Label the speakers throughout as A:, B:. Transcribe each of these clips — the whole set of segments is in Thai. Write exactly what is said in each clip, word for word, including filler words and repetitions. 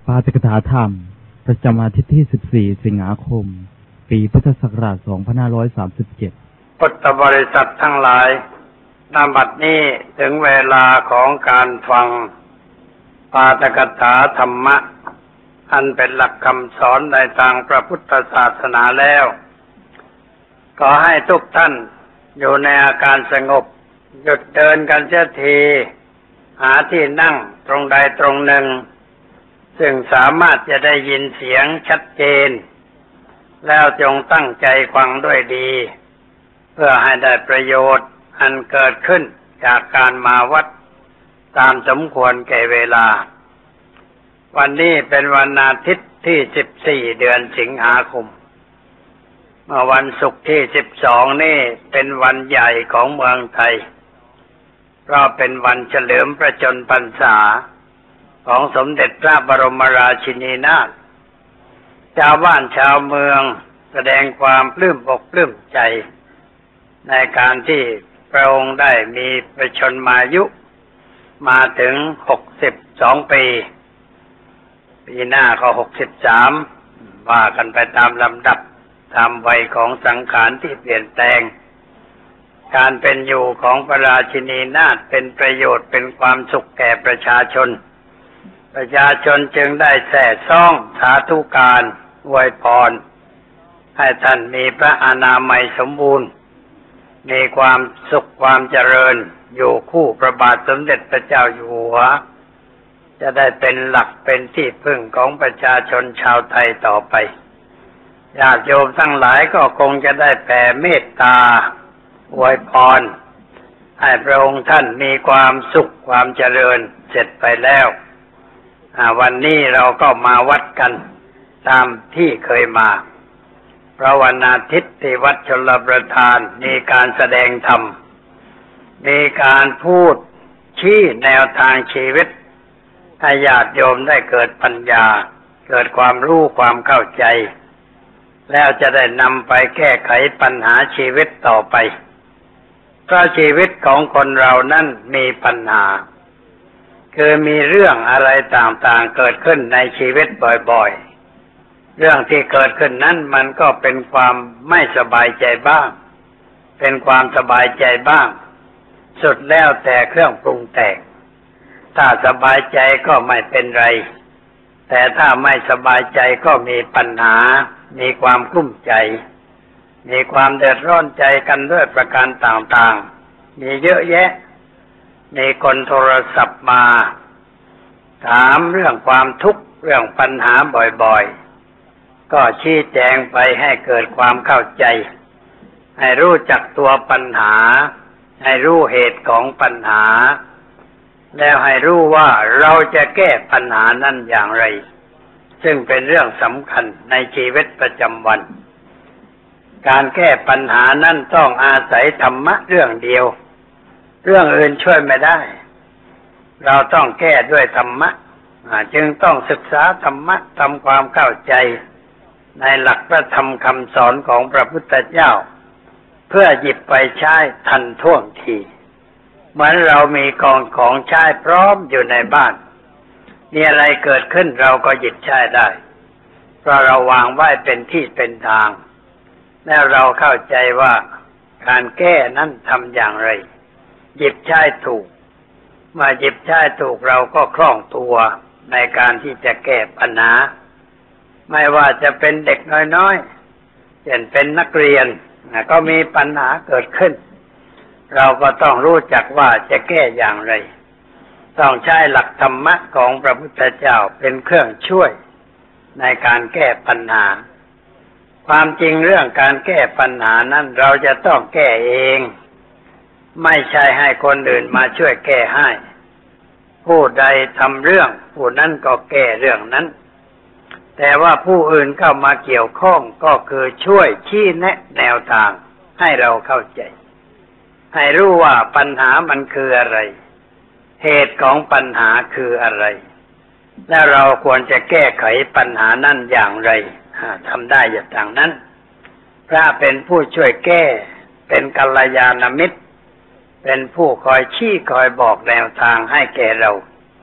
A: ปาฐกถาธรรมประจำอาทิตย์ที่สิบสี่สิงหาคมปีพุทธศักราชสองพันห้าร้อยสามสิบเจ็ด
B: พุทธบริษัททั้งหลายณ บัดนี้ถึงเวลาของการฟังปาฐกถาธรรมะอันเป็นหลักคำสอนในทางพระพุทธศาสนาแล้วขอให้ทุกท่านอยู่ในอาการสงบหยุดเดินกันเสียทีหาที่นั่งตรงใดตรงหนึ่งซึ่งสามารถจะได้ยินเสียงชัดเจนแล้วจงตั้งใจฟังด้วยดีเพื่อให้ได้ประโยชน์อันเกิดขึ้นจากการมาวัดตามสมควรแก่เวลาวันนี้เป็นวันอาทิตย์ที่สิบสี่เดือนสิงหาคมเมื่อวันศุกร์ที่สิบสองนี่เป็นวันใหญ่ของเมืองไทยเพราะเป็นวันเฉลิมพระชนมพรรษาของสมเด็จพระบรมราชินีนาถชาวบ้านชาวเมืองแสดงความปลื้มอกปลื้มใจในการที่พระองค์ได้มีประชนมายุมาถึงหกสิบสองปีปีหน้าก็หกสิบสามว่ากันไปตามลำดับตามวัยของสังขารที่เปลี่ยนแปลงการเป็นอยู่ของพระราชินีนาถเป็นประโยชน์เป็นความสุขแก่ประชาชนประชาชนจึงได้แส่ซ่องสาธุการอวยพรให้ท่านมีพระอนามัยสมบูรณ์มีความสุขความเจริญอยู่คู่พระบาทสมเด็จพระเจ้าอยู่หัวจะได้เป็นหลักเป็นที่พึ่งของประชาชนชาวไทยต่อไปญาติโยมทั้งหลายก็คงจะได้แผ่เมตตาอวยพรให้พระองค์ท่านมีความสุขความเจริญเสร็จไปแล้ววันนี้เราก็มาวัดกันตามที่เคยมาเพราะวันอาทิตย์ที่วัดชลประทานมีการแสดงธรรมมีการพูดชี้แนวทางชีวิตให้ญาติโยมได้เกิดปัญญาเกิดความรู้ความเข้าใจแล้วจะได้นำไปแก้ไขปัญหาชีวิตต่อไปเพราะชีวิตของคนเรานั้นมีปัญหาคือมีเรื่องอะไรต่างๆเกิดขึ้นในชีวิตบ่อยๆเรื่องที่เกิดขึ้นนั้นมันก็เป็นความไม่สบายใจบ้างเป็นความสบายใจบ้างสุดแล้วแต่เครื่องปรุงแต่งถ้าสบายใจก็ไม่เป็นไรแต่ถ้าไม่สบายใจก็มีปัญหามีความกลุ้มใจมีความเดือดร้อนใจกันด้วยประการต่างๆมีเยอะแยะมีคนโทรศัพท์มาถามเรื่องความทุกข์เรื่องปัญหาบ่อยๆก็ชี้แจงไปให้เกิดความเข้าใจให้รู้จักตัวปัญหาให้รู้เหตุของปัญหาแล้วให้รู้ว่าเราจะแก้ปัญหานั้นอย่างไรซึ่งเป็นเรื่องสำคัญในชีวิตประจำวันการแก้ปัญหานั้นต้องอาศัยธรรมะเรื่องเดียวเรื่องอื่นช่วยไม่ได้เราต้องแก้ด้วยธรรมะจึงต้องศึกษาธรรมะทำความเข้าใจในหลักพระธรรมคำสอนของพระพุทธเจ้าเพื่อหยิบไปใช้ทันท่วงทีเหมือนเรามีกองของใช้พร้อมอยู่ในบ้านมีอะไรเกิดขึ้นเราก็หยิบใช้ได้เพราะเราวางไว้เป็นที่เป็นทางแล้วเราเข้าใจว่าการแก้นั้นทำอย่างไรหยิบใช้ถูกมาหยิบใช้ถูกเราก็คล่องตัวในการที่จะแก้ปัญหาไม่ว่าจะเป็นเด็กน้อยๆเช่นเป็นนักเรียนก็มีปัญหาเกิดขึ้นเราก็ต้องรู้จักว่าจะแก้อย่างไรต้องใช้หลักธรรมะของพระพุทธเจ้าเป็นเครื่องช่วยในการแก้ปัญหาความจริงเรื่องการแก้ปัญหานั้นเราจะต้องแก้เองไม่ใช่ให้คนอื่นมาช่วยแก้ให้ผู้ใดทำเรื่องผู้นั้นก็แก้เรื่องนั้นแต่ว่าผู้อื่นเข้ามาเกี่ยวข้องก็คือช่วยชี้แนะแนวทางให้เราเข้าใจให้รู้ว่าปัญหามันคืออะไรเหตุของปัญหาคืออะไรและเราควรจะแก้ไขปัญหานั้นอย่างไรทำได้อย่างนั้นพระเป็นผู้ช่วยแก้เป็นกัลยาณมิตรเป็นผู้คอยชี้คอยบอกแนวทางให้แก่เรา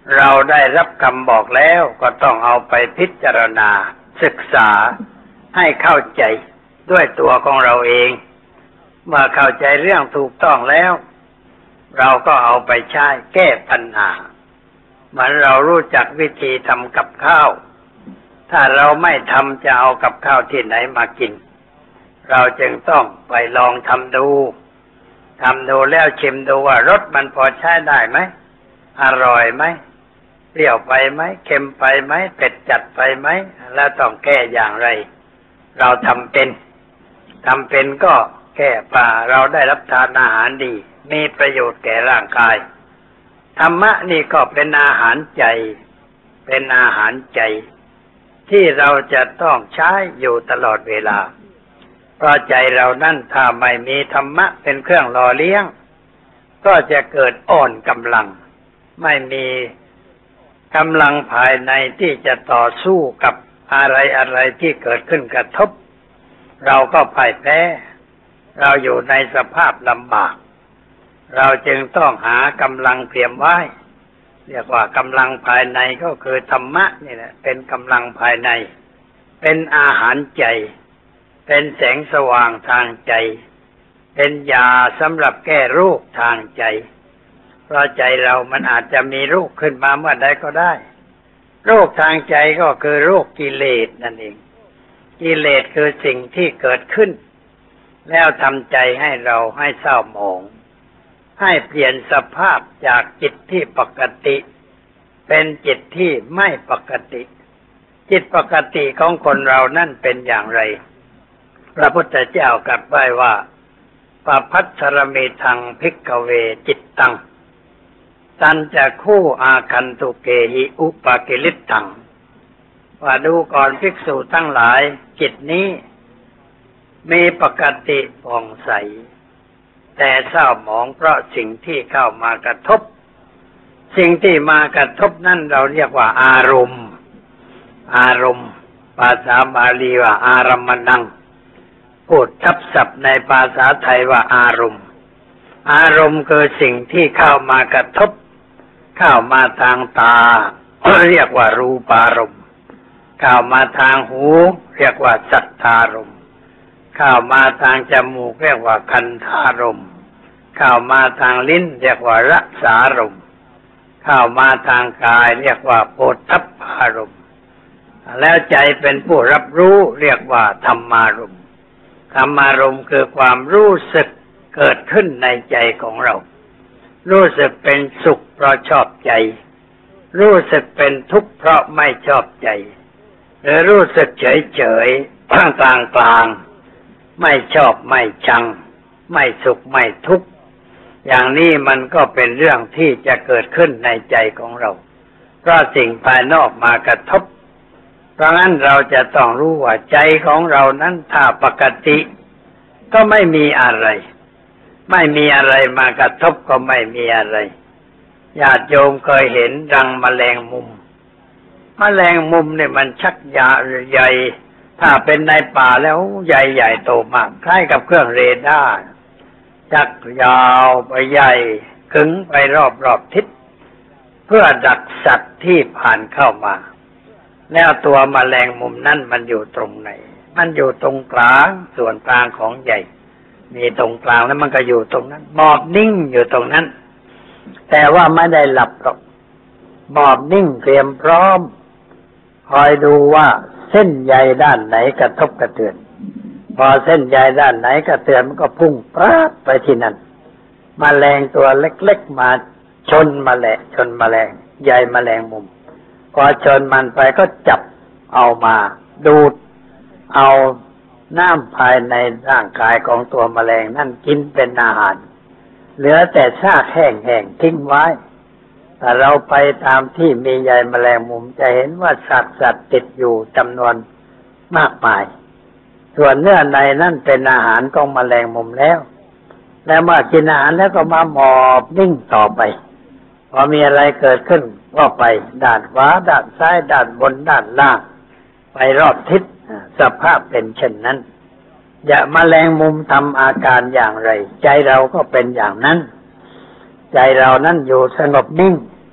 B: เราได้รับคำบอกแล้วก็ต้องเอาไปพิจารณาศึกษาให้เข้าใจด้วยตัวของเราเองเมื่อเข้าใจเรื่องถูกต้องแล้วเราก็เอาไปใช้แก้ปัญหาเหมือนเรารู้จักวิธีทำกับข้าวถ้าเราไม่ทำจะเอากับข้าวที่ไหนมากินเราจึงต้องไปลองทำดูทำดูแล้วชิมดูว่ารสมันพอใช้ได้ไหมอร่อยไหมเปรี้ยวไปไหมเค็มไปไหมเผ็ดจัดไปไหมแล้วต้องแก้อย่างไรเราทำเป็นทำเป็นก็แก้ป่าเราได้รับทานอาหารดีมีประโยชน์แก่ร่างกายธรรมะนี่ก็เป็นอาหารใจเป็นอาหารใจที่เราจะต้องใช้อยู่ตลอดเวลาเพราะใจเรานั่นถ้าไม่มีธรรมะเป็นเครื่องหล่อเลี้ยงก็จะเกิดอ่อนกำลังไม่มีกำลังภายในที่จะต่อสู้กับอะไรอะไรที่เกิดขึ้นกระทบเราก็พ่ายแพ้เราอยู่ในสภาพลำบากเราจึงต้องหากำลังเตรียมไว้เรียกว่ากำลังภายในก็คือธรรมะนี่แหละเป็นกำลังภายในเป็นอาหารใจเป็นแสงสว่างทางใจเป็นยาสำหรับแก้โรคทางใจเพราะใจเรามันอาจจะมีโรคขึ้นมาเมื่อใดก็ได้โรคทางใจก็คือโรคกิเลสนั่นเองกิเลสคือสิ่งที่เกิดขึ้นแล้วทำใจให้เราให้เศร้าหมองให้เปลี่ยนสภาพจากจิตที่ปกติเป็นจิตที่ไม่ปกติจิตปกติของคนเรานั่นเป็นอย่างไรพระพุทธเจ้ากลับไว้ว่าปภัสสรเมทังภิกขเวจิตตังตันจะคู่อาคันตุเกหิอุปกิลิตังว่าดูก่อนภิกษุทั้งหลายจิตนี้มีปกติผ่องใสแต่เศร้าหมองเพราะสิ่งที่เข้ามากระทบสิ่งที่มากระทบนั่นเราเรียกว่าอารมณ์อารมณ์ภาษาบาลีว่าอารัมมณังพูดทับศัพท์ในภาษาไทยว่าอารมณ์อารมณ์คือสิ่งที่เข้ามากระทบเข้ามาทางตาเรียกว่ารูปารมณ์เข้ามาทางหูเรียกว่าสัทธารมณ์เข้ามาทางจมูกเรียกว่าคันธารมณ์เข้ามาทางลิ้นเรียกว่ารสารมณ์เข้ามาทางกายเรียกว่าโผฏฐัพพารมณ์แล้วใจเป็นผู้รับรู้เรียกว่าธรรมารมณ์ธรรมารมณ์คือความรู้สึกเกิดขึ้นในใจของเรารู้สึกเป็นสุขเพราะชอบใจรู้สึกเป็นทุกข์เพราะไม่ชอบใจหรือรู้สึกเฉยๆกลางๆไม่ชอบไม่ชังไม่สุขไม่ทุกข์อย่างนี้มันก็เป็นเรื่องที่จะเกิดขึ้นในใจของเราเพราะสิ่งภายนอกมากระทบเพราะงั้นเราจะต้องรู้ว่าใจของเรานั้นถ้าปกติก็ไม่มีอะไรไม่มีอะไรมากระทบก็ไม่มีอะไรญาติโยมเคยเห็นรังแมลงมุมแมลงมุมเนี่ยมันชักยาวใหญ่ถ้าเป็นในป่าแล้วใหญ่ๆโตมากคล้ายกับเครื่องเรดาร์ชักยาวไปใหญ่ขึงไปรอบๆทิศเพื่อดักสัตว์ที่ผ่านเข้ามาแล้วตัวแมลงมุมนั่นมันอยู่ตรงไหนมันอยู่ตรงกลางส่วนกลางของใหญ่มีตรงกลางแล้วมันก็อยู่ตรงนั้นหมอบนิ่งอยู่ตรงนั้นแต่ว่าไม่ได้หลับหรอกหมอบนิ่งเตรียมพร้อมคอยดูว่าเส้นใยด้านไหนกระทบกระเทือนพอเส้นใยด้านไหนกระเทือนมันก็พุ่งปราดไปที่นั่นแมลงตัวเล็กๆมาชนแมลงชนแมลงใยแมลงมุมพอชนมันไปก็จับเอามาดูดเอาน้ำภายในร่างกายของตัวแมลงนั่นกินเป็นอาหารเหลือแต่ซากแห้งๆทิ้งไว้ถ้าเราไปตามที่มีใยแมลงมุมจะเห็นว่าซากสัตว์ติดอยู่จำนวนมากมายส่วนเนื้อในนั่นเป็นอาหารของแมลงมุมแล้วแล้วเมื่อกินอาหารแล้วก็มาหมอบนิ่งต่อไปพอมีอะไรเกิดขึ้นก็ไปด้านขวาด้านซ้ายด้านบนด้านล่างไปรอบทิศสภาพเป็นเช่นนั้นอย่าแมลงมุมทำอาการอย่างไรใจเราก็เป็นอย่างนั้นใจเรานั่นอยู่สงบนิ่ง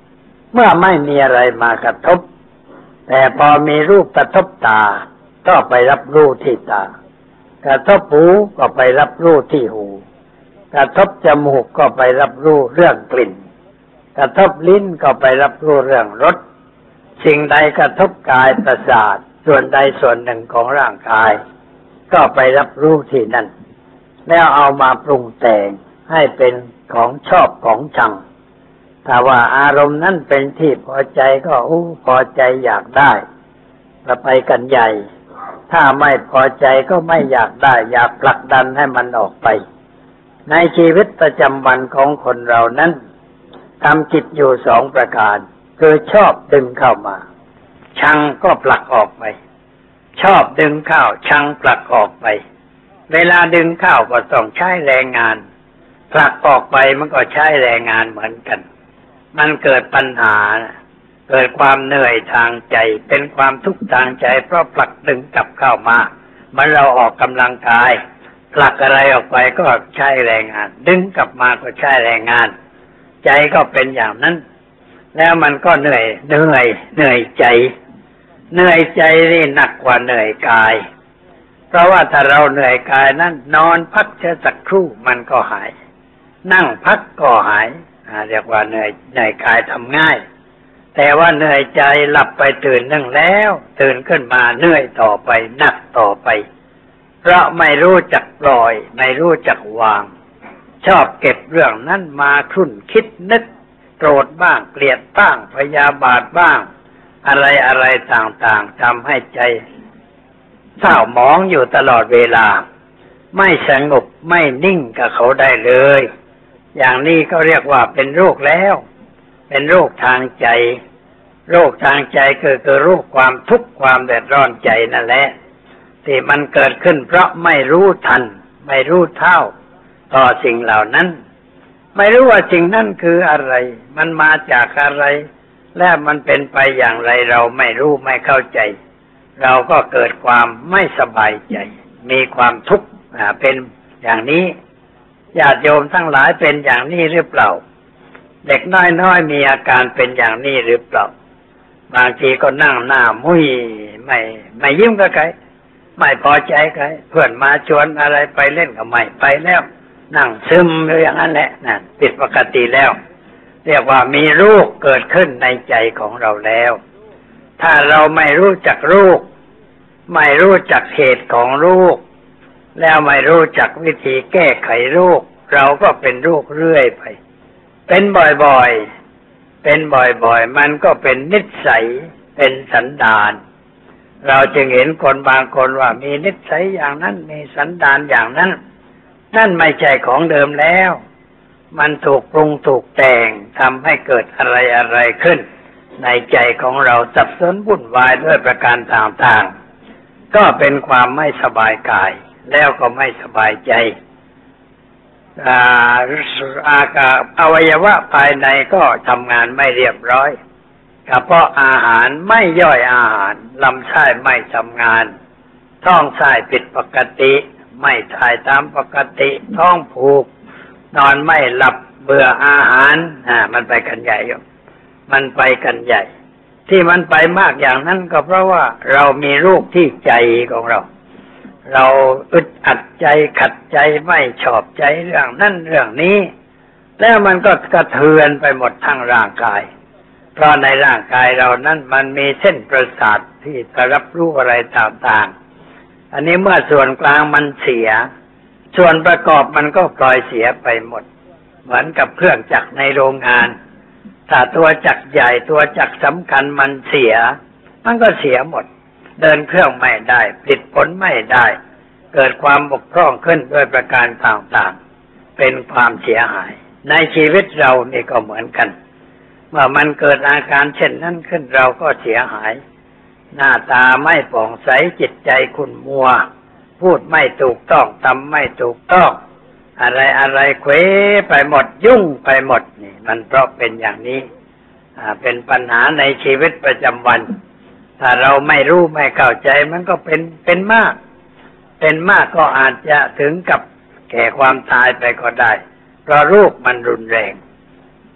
B: เมื่อไม่มีอะไรมากระทบแต่พอมีรูปกระทบตาก็ไปรับรู้ที่ตากระทบหูก็ไปรับรู้ที่หูกระทบจมูกก็ไปรับรู้เรื่องกลิ่นกระทบลิ้นก็ไปรับรู้เรื่องรสสิ่งใดกระทบกายประสาทส่วนใดส่วนหนึ่งของร่างกายก็ไปรับรู้ที่นั่นแล้วเอามาปรุงแต่งให้เป็นของชอบของชังถ้าว่าอารมณ์นั้นเป็นที่พอใจก็อู้พอใจอยากได้เราไปกันใหญ่ถ้าไม่พอใจก็ไม่อยากได้อยากผลักดันให้มันออกไปในชีวิตประจำวันของคนเรานั้นทำจิตอยู่สองประการคือชอบดึงเข้ามาชังก็ผลักออกไปชอบดึงเข้าชังผลักออกไปเวลาดึงเข้าก็ต้องใช้แรงงานผลักออกไปมันก็ใช้แรงงานเหมือนกันมันเกิดปัญหาเกิดความเหนื่อยทางใจเป็นความทุกข์ทางใจเพราะผลักดึงกลับเข้ามาเหมือนเราออกกำลังกายผลักอะไรออกไปก็ใช้แรงงานดึงกลับมาก็ใช้แรงงานใจก็เป็นอย่างนั้นแล้วมันก็เหนื่อยเหนื่อยเหนื่อยใจเหนื่อยใจนี่หนักกว่าเหนื่อยกายเพราะว่าถ้าเราเหนื่อยกายนั้นนอนพักแค่สักครู่มันก็หายนั่งพักก็หายเรียกว่าเหนื่อยเหนื่อยกายทำง่ายแต่ว่าเหนื่อยใจหลับไปตื่นนั่งแล้วตื่นขึ้นมาเหนื่อยต่อไปหนักต่อไปเพราะไม่รู้จักปล่อยไม่รู้จักวางชอบเก็บเรื่องนั้นมาครุ่นคิดนึกโกรธบ้างเกลียดบ้างพยาบาทบ้างอะไรอะไรต่างๆทำให้ใจเศร้าหมองอยู่ตลอดเวลาไม่สงบไม่นิ่งกับเขาได้เลยอย่างนี้ก็เรียกว่าเป็นโรคแล้วเป็นโรคทางใจโรคทางใจคือคือโรคความทุกข์ความเดือดร้อนใจนั่นแหละที่มันเกิดขึ้นเพราะไม่รู้ทันไม่รู้เท่าต่อสิ่งเหล่านั้นไม่รู้ว่าสิ่งนั้นคืออะไรมันมาจากอะไรและมันเป็นไปอย่างไรเราไม่รู้ไม่เข้าใจเราก็เกิดความไม่สบายใจมีความทุกข์เป็นอย่างนี้ญาติโยมทั้งหลายเป็นอย่างนี้หรือเปล่าเด็กน้อยๆมีอาการเป็นอย่างนี้หรือเปล่าบางทีก็นั่งหน้ามุ้ยไม่ไม่ยิ้มกับใครไม่พอใจใครเพื่อนมาชวนอะไรไปเล่นก็ไม่ไปแล้วนั่งซึมอยู่อย่างนั้นแหละนั่นผิดปกติแล้วเรียกว่ามีโรคเกิดขึ้นในใจของเราแล้วถ้าเราไม่รู้จักโรคไม่รู้จักเหตุของโรคแล้วไม่รู้จักวิธีแก้ไขโรคเราก็เป็นโรคเรื่อยไปเป็นบ่อยๆเป็นบ่อยๆมันก็เป็นนิสัยเป็นสันดานเราจึงเห็นคนบางคนว่ามีนิสัยอย่างนั้นมีสันดานอย่างนั้นนั่นไม่ใช่ของเดิมแล้วมันถูกปรุงถูกแต่งทำให้เกิดอะไรอะไรขึ้นในใจของเราสับสนวุ่นวายด้วยประการต่างๆก็เป็นความไม่สบายกายแล้วก็ไม่สบายใจอาอากาอวัยวะภายในก็ทำงานไม่เรียบร้อยกระเพาะอาหารไม่ย่อยอาหารลำไส้ไม่ทำงานท้องไส้ผิดปกติไม่ถ่ายตามปกติท้องผูกนอนไม่หลับเบื่ออาหารอ่ามันไปกันใหญ่อยู่มันไปกันใหญ่ที่มันไปมากอย่างนั้นก็เพราะว่าเรามีโรคที่ใจของเราเราอึดอัดใจขัดใจไม่ชอบใจเรื่องนั้นเรื่องนี้แล้วมันก็กระเทือนไปหมดทั้งร่างกายเพราะในร่างกายเรานั้นมันมีเส้นประสาทที่จะรับรู้อะไรต่างๆอันนี้เมื่อส่วนกลางมันเสียส่วนประกอบมันก็ปล่อยเสียไปหมดเหมือนกับเครื่องจักรในโรงงานถ้าตัวจักรใหญ่ตัวจักรสำคัญมันเสียมันก็เสียหมดเดินเครื่องไม่ได้ผลิตผลไม่ได้เกิดความบกพร่องขึ้นด้วยประการต่างๆเป็นความเสียหายในชีวิตเรานี่ก็เหมือนกันเมื่อมันเกิดอาการเช่นนั้นขึ้นเราก็เสียหายหน้าตาไม่ผ่องใสจิตใจขุ่นมัวพูดไม่ถูกต้องทำไม่ถูกต้องอะไรอะไรเคว้ไปหมดยุ่งไปหมดนี่มันเพราะเป็นอย่างนี้อ่าเป็นปัญหาในชีวิตประจำวันถ้าเราไม่รู้ไม่เข้าใจมันก็เป็นเป็นมากเป็นมากก็อาจจะถึงกับแก่ความตายไปก็ได้เพราะโรคมันรุนแรง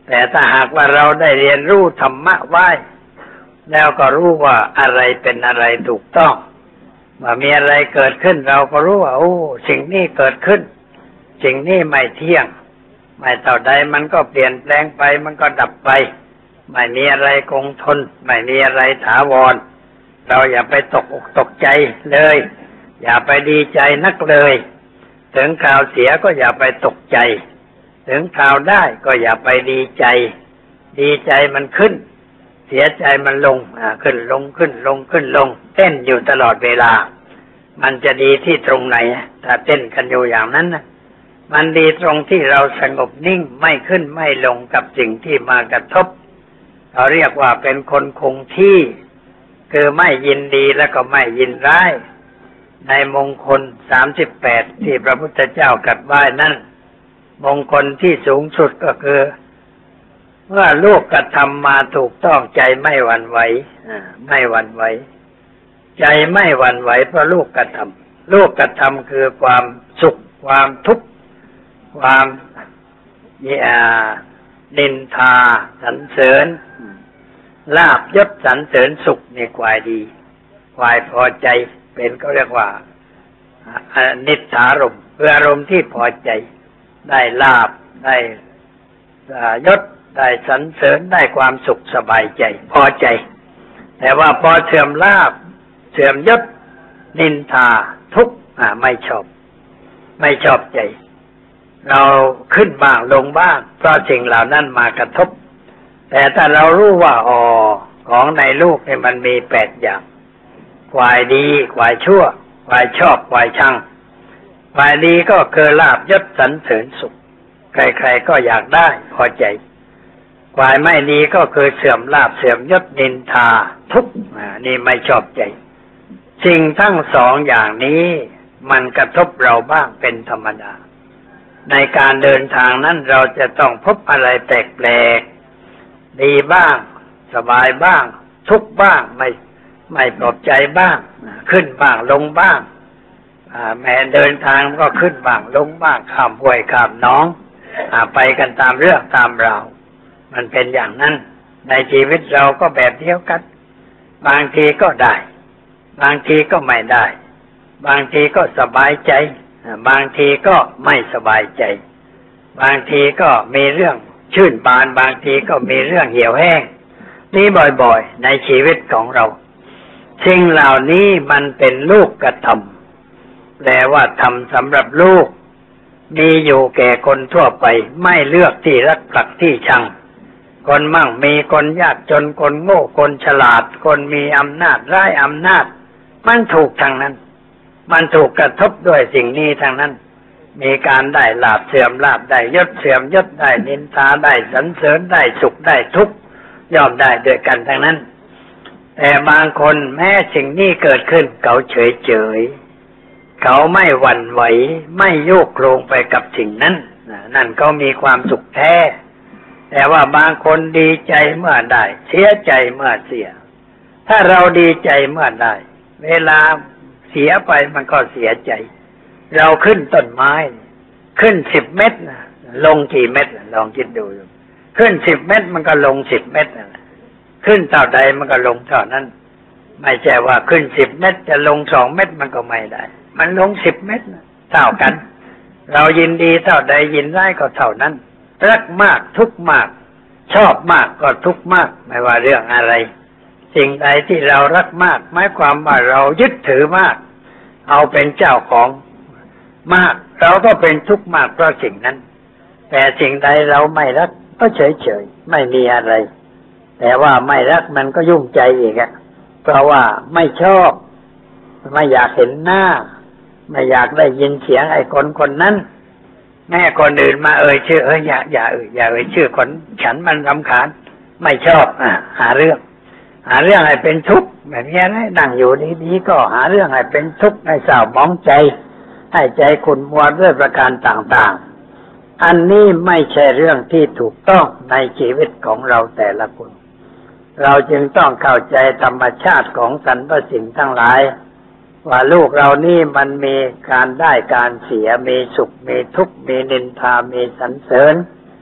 B: แต่ถ้าหากว่าเราได้เรียนรู้ธรรมะไว้แล้วก็รู้ว่าอะไรเป็นอะไรถูกต้องว่ามีอะไรเกิดขึ้นเราก็รู้ว่าโอ้สิ่งนี้เกิดขึ้นสิ่งนี้ไม่เที่ยงไม่เท่าใดมันก็เปลี่ยนแปลงไปมันก็ดับไปไม่มีอะไรคงทนไม่มีอะไรถาวรเราอย่าไปตกอกตกใจเลยอย่าไปดีใจนักเลยถึงข่าวเสียก็อย่าไปตกใจถึงข่าวได้ก็อย่าไปดีใจดีใจมันขึ้นเสียใจมันลงอ่าขึ้นลงขึ้นลงขึ้นลงเต้นอยู่ตลอดเวลามันจะดีที่ตรงไหนถ้าเต้นกันอยู่อย่างนั้นนะมันดีตรงที่เราสงบนิ่งไม่ขึ้นไม่ลงกับสิ่งที่มากระทบเราเรียกว่าเป็นคนคงที่คือไม่ยินดีแล้วก็ไม่ยินร้ายในมงคลสามสิบแปดที่พระพุทธเจ้าตรัสไว้นั้นมงคลที่สูงสุดก็คือเมื่อลูกกระทำมาถูกต้องใจไม่หวั่นไหวไม่หวั่นไหวใจไม่หวั่นไหวเพราะลูกกระทำลูกกระทำคือความสุขความทุกข์ความนินทาสรรเสริญลาภยศสรรเสริญสุขนี่ควายดีควายพอใจเป็นก็เรียกว่านิทธารมณ์คืออารมณ์ที่พอใจได้ลาภได้ยศได้สรรเสริญได้ความสุขสบายใจพอใจแต่ว่าพอเสื่อมลาภเสื่อมยศนินทาทุกข์ไม่ชอบไม่ชอบใจเราขึ้นบ้างลงบ้างเพราะสิ่งเหล่านั้นมากระทบแต่ถ้าเรารู้ว่าอ๋อของในโลกเนี่ยมันมีแปดอย่างฝ่ายดีฝ่ายชั่วฝ่ายชอบฝ่ายชังฝ่ายดีก็คือลาภยศสรรเสริญสุขใครๆก็อยากได้พอใจฝ่ายไม่ดีก็คือเสื่อมลาภเสื่อมยศนินทาทุกข์นี่ไม่ชอบใจสิ่งทั้งสองอย่างนี้มันกระทบเราบ้างเป็นธรรมดาในการเดินทางนั้นเราจะต้องพบอะไรแปลกๆดีบ้างสบายบ้างทุกข์บ้างไม่ไม่ปลอบใจบ้างขึ้นบ้างลงบ้างแม้เดินทางก็ขึ้นบ้างลงบ้างข้ามห้วยข้ามหนองไปกันตามเรื่องตามราวมันเป็นอย่างนั้นในชีวิตเราก็แบบเดียวกันบางทีก็ได้บางทีก็ไม่ได้บางทีก็สบายใจบางทีก็ไม่สบายใจบางทีก็มีเรื่องชื่นบานบางทีก็มีเรื่องเหี่ยวแห้งนี่บ่อยๆในชีวิตของเราสิ่งเหล่านี้มันเป็นลูกกระทำแปลว่าทำสำหรับลูกมีอยู่แก่คนทั่วไปไม่เลือกที่รักใคร่ที่ชังคนมั่งมีคนยากจนคนโง่คนฉลาดคนมีอำนาจร้ายอำนาจมันถูกทางนั้นมันถูกกระทบด้วยสิ่งนี้ทางนั้นมีการได้ลาภเสื่อมลาภได้ยศเสื่อมยศได้นินทาได้สรรเสริญได้สุขได้ทุกข์ย่อมได้ด้วยกันทั้งนั้นแต่บางคนแม้สิ่งนี้เกิดขึ้นเขาเฉยเฉยเขาไม่หวั่นไหวไม่โยกโคลงไปกับสิ่งนั้นนั่นเขามีความสุขแท้แต่ว่าบางคนดีใจเมื่อได้เสียใจเมื่อเสียถ้าเราดีใจเมื่อได้เวลาเสียไปมันก็เสียใจเราขึ้นต้นไม้ขึ้นสิบเมตรลงกี่เมตรลองคิดดูขึ้นสิบเมตรมันก็ลงสิบเมตรขึ้นเท่าใดมันก็ลงเท่านั้นไม่ใช่ว่าขึ้นสิบเมตรจะลงสองเมตรมันก็ไม่ได้มันลงสิบเมตรเท่ากันเรายินดีเท่าใดยินร้ายก็เท่านั้นรักมากทุกข์มากชอบมากก็ทุกข์มากไม่ว่าเรื่องอะไรสิ่งใดที่เรารักมากหมายความว่าเรายึดถือมากเอาเป็นเจ้าของมากเราก็เป็นทุกข์มากเพราะสิ่งนั้นแต่สิ่งใดเราไม่รักก็เฉยๆไม่มีอะไรแต่ว่าไม่รักมันก็ยุ่งใจอีกอะเพราะว่าไม่ชอบไม่อยากเห็นหน้าไม่อยากได้ยินเสียงไอ้คนคนนั้นแม่คนอื่นมาเอ่ยชื่อเอ้ยอย่าอย่าเอ่ยอย่าเอ่ยชื่อคนฉันมันรำคาญไม่ชอบอ่ะหาเรื่องหาเรื่องให้เป็นทุกข์แบบนี้นะนั่งอยู่ดีๆก็หาเรื่องให้เป็นทุกข์ให้เศร้าหมองใจให้ใจขุ่นมัวด้วยประการต่างๆอันนี้ไม่ใช่เรื่องที่ถูกต้องในชีวิตของเราแต่ละคนเราจึงต้องเข้าใจธรรมชาติของสรรพสิ่งทั้งหลายว่าลูกเรานี่มันมีการได้การเสียมีสุขมีทุกข์มีนินทามีสรรเสริญ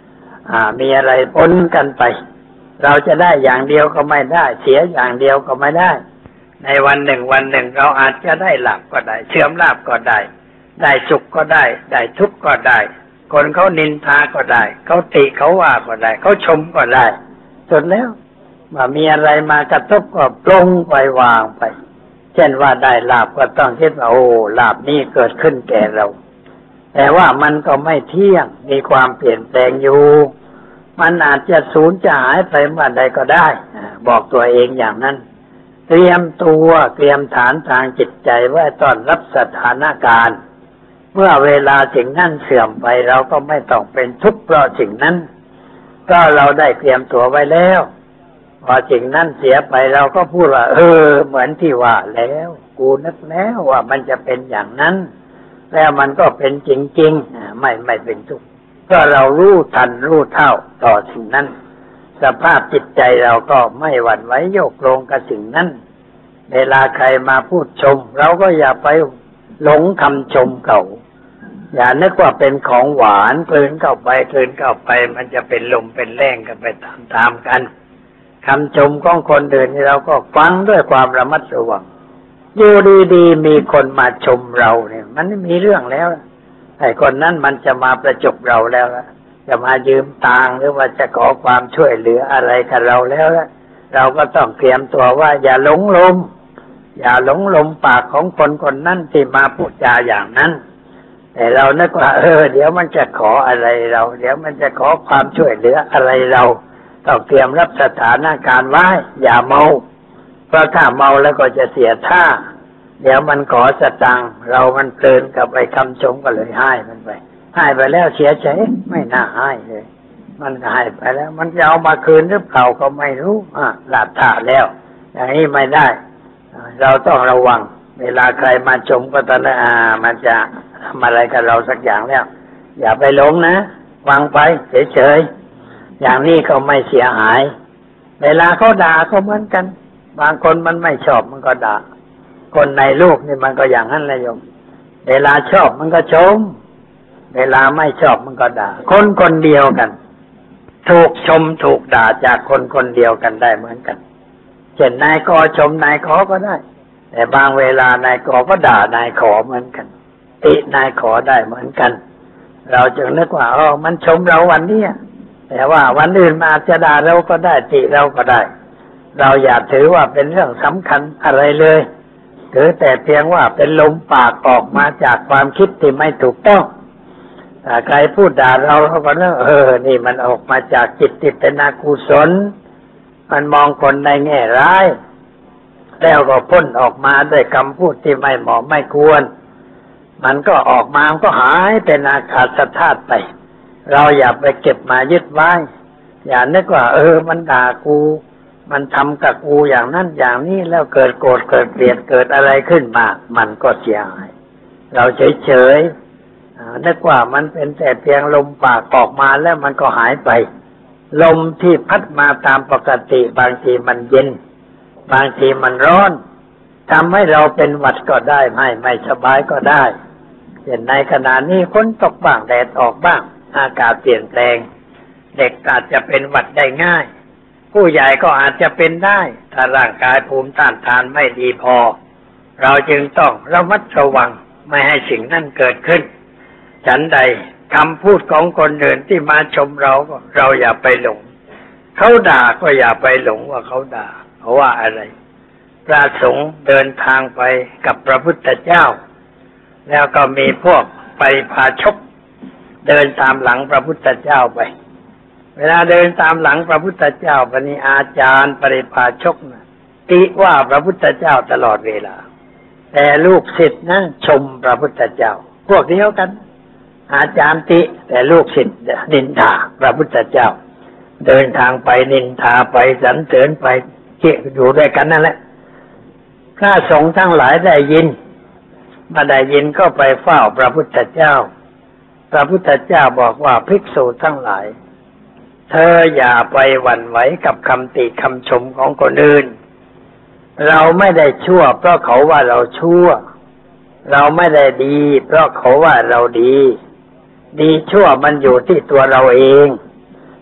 B: อ่ามีอะไรปนกันไปเราจะได้อย่างเดียวก็ไม่ได้เสียอย่างเดียวก็ไม่ได้ในวันหนึ่งวันหนึ่งเราอาจจะได้ลาภก็ได้เสื่อมลาภก็ได้ได้สุขก็ได้ได้ทุกข์ก็ได้คนเขานินทาก็ได้เขาติเขาว่าก็ได้เขาชมก็ได้สุดแล้วว่ามีอะไรมากระทบก็ปลงไปวางไปเช่นว่าได้ลาภก็ต้องคิดว่าโอ้ลาภนี้เกิดขึ้นแก่เราแต่ว่ามันก็ไม่เที่ยงมีความเปลี่ยนแปลงอยู่มันอาจจะสูญจะหายไปเมื่อใดก็ได้บอกตัวเองอย่างนั้นเตรียมตัวเตรียมฐานทางจิตใจไว้ต้อนรับสถานการณ์เมื่อเวลาสิ่งนั้นเสื่อมไปเราก็ไม่ต้องเป็นทุกข์เพราะสิ่งนั้นก็เราได้เตรียมตัวไว้แล้วพอสิ่งนั้นเสียไปเราก็พูดว่าเออเหมือนที่ว่าแล้วกูนึกแล้วว่ามันจะเป็นอย่างนั้นแล้วมันก็เป็นจริงๆไม่ไม่เป็นทุกข์ก็เรารู้ทันรู้เท่าต่อสิ่งนั้นสภาพจิตใจเราก็ไม่หวั่นไหวโยกโลงกับสิ่งนั้นเวลาใครมาพูดชมเราก็อย่าไปหลงคำชมเขาอย่านึกว่าเป็นของหวานกลืนเข้าไปกลืนเข้าไปมันจะเป็นลมเป็นแรงกันไปตามๆกันคำชมของคนอื่นเราก็ฟังด้วยความระมัดระวังอยู่ดีๆมีคนมาชมเราเนี่ยมันไม่มีเรื่องแล้วไอ้คนนั้นมันจะมาประจบเราแล้วจะมายืมตังค์หรือว่าจะขอความช่วยเหลืออะไรกับเราแล้วเราก็ต้องเตรียมตัวว่าอย่าหลงลมอย่าหลงลมปากของคนคนนั้นที่มาพูดจาอย่างนั้นแต่เรานึกว่าเออเดี๋ยวมันจะขออะไรเราเดี๋ยวมันจะขอความช่วยเหลืออะไรเราต้องเตรียมรับสถานการณ์ไว้อย่าเมาเพราะถ้าเมาแล้วก็จะเสียท่าเดี๋ยวมันขอสตังค์เรามันเพลินกับไอ้คำชมก็เลยให้มันไปให้ไปแล้วเสียใจไม่น่าให้เลยมันให้ไปแล้วมันจะเอามาคืนหรือเปล่าก็ไม่รู้อ่ะหลับท่าแล้วอย่างนี้ไม่ได้เราต้องระวังเวลาใครมาชมก็ตอนนั้นอ่ามันจะทำอะไรกับเราสักอย่างแล้วอย่าไปหลงนะฟังไปเฉยๆอย่างนี้ก็ไม่เสียหายเวลาเขาด่าก็เหมือนกันบางคนมันไม่ชอบมันก็ด่าคนในโลกนี่มันก็อย่างนั้นแหละโยมเวลาชอบมันก็ชมเวลาไม่ชอบมันก็ด่าคนคนเดียวกันถูกชมถูกด่าจากคนคนเดียวกันได้เหมือนกันเช่นนายกชมนายขอก็ได้แต่บางเวลานายกก็ด่านายขอเหมือนกันตินายขอได้เหมือนกันเราจึงนึกว่าอ๋อมันชมเราวันนี้แต่ว่าวันอื่นมาจะด่าเราก็ได้ติเราก็ได้เราอย่าถือว่าเป็นเรื่องสำคัญอะไรเลยถือแต่เพียงว่าเป็นลมปากออกมาจากความคิดที่ไม่ถูกต้องถ้าใครพูดด่าเราเขาก็นึกเออนี่มันออกมาจากจิตที่เป็นอกุศลมันมองคนในแง่ร้ายแล้วก็พ่นออกมาด้วยคำพูดที่ไม่เหมาะไม่ควรมันก็ออกมามันก็หายเป็นอากาศธาตุไปเราอย่าไปเก็บมายึดไว้อย่านึกว่าเออมันด่ากูมันทำกับกูอย่างนั้นอย่างนี้แล้วเกิดโกรธเกิดเกลียดเกิดอะไรขึ้นมามันก็เสียหายเราเฉยๆนึกว่ามันเป็นแต่เพียงลมปากออกมาแล้วมันก็หายไปลมที่พัดมาตามปกติบางทีมันเย็นบางทีมันร้อนทำให้เราเป็นหวัดก็ได้ไม่ไม่สบายก็ได้เช่นในขณะนี้ฝนตกบ้างแดดออกบ้างอากาศเปลี่ยนแปลงเด็กอาจจะเป็นหวัดได้ง่ายผู้ใหญ่ก็อาจจะเป็นได้ถ้าร่างกายภูมิต้านทานไม่ดีพอเราจึงต้องระมัดระวังไม่ให้สิ่งนั้นเกิดขึ้นฉันใดคำพูดของคนอื่นที่มาชมเราเราอย่าไปหลงเขาด่าก็อย่าไปหลงว่าเขาด่าเพราะว่าอะไรพระสงฆ์เดินทางไปกับพระพุทธเจ้าแล้วก็มีพวกปริพาชกเดินตามหลังพระพุทธเจ้าไปเวลาเดินตามหลังพระพุทธเจ้าปณิอาจารย์ปริพาชกนะติว่าพระพุทธเจ้าตลอดเวลาแต่ลูกศิษย์นะชมพระพุทธเจ้าพวกเดียวกันอาจารย์ติแต่ลูกศิษย์นินทาพระพุทธเจ้าเดินทางไปนินทาไปสรรเสริญไปเกี่ยอยู่ด้วยกันนั่นแหละพระสงฆ์ทั้งหลายได้ยินมาได้ยินก็ไปเฝ้าพระพุทธเจ้าพระพุทธเจ้าบอกว่าภิกษุทั้งหลายเธออย่าไปหวั่นไหวกับคำติคำชมของคนอื่นเราไม่ได้ชั่วเพราะเขาว่าเราชั่วเราไม่ได้ดีเพราะเขาว่าเราดีดีชั่วมันอยู่ที่ตัวเราเอง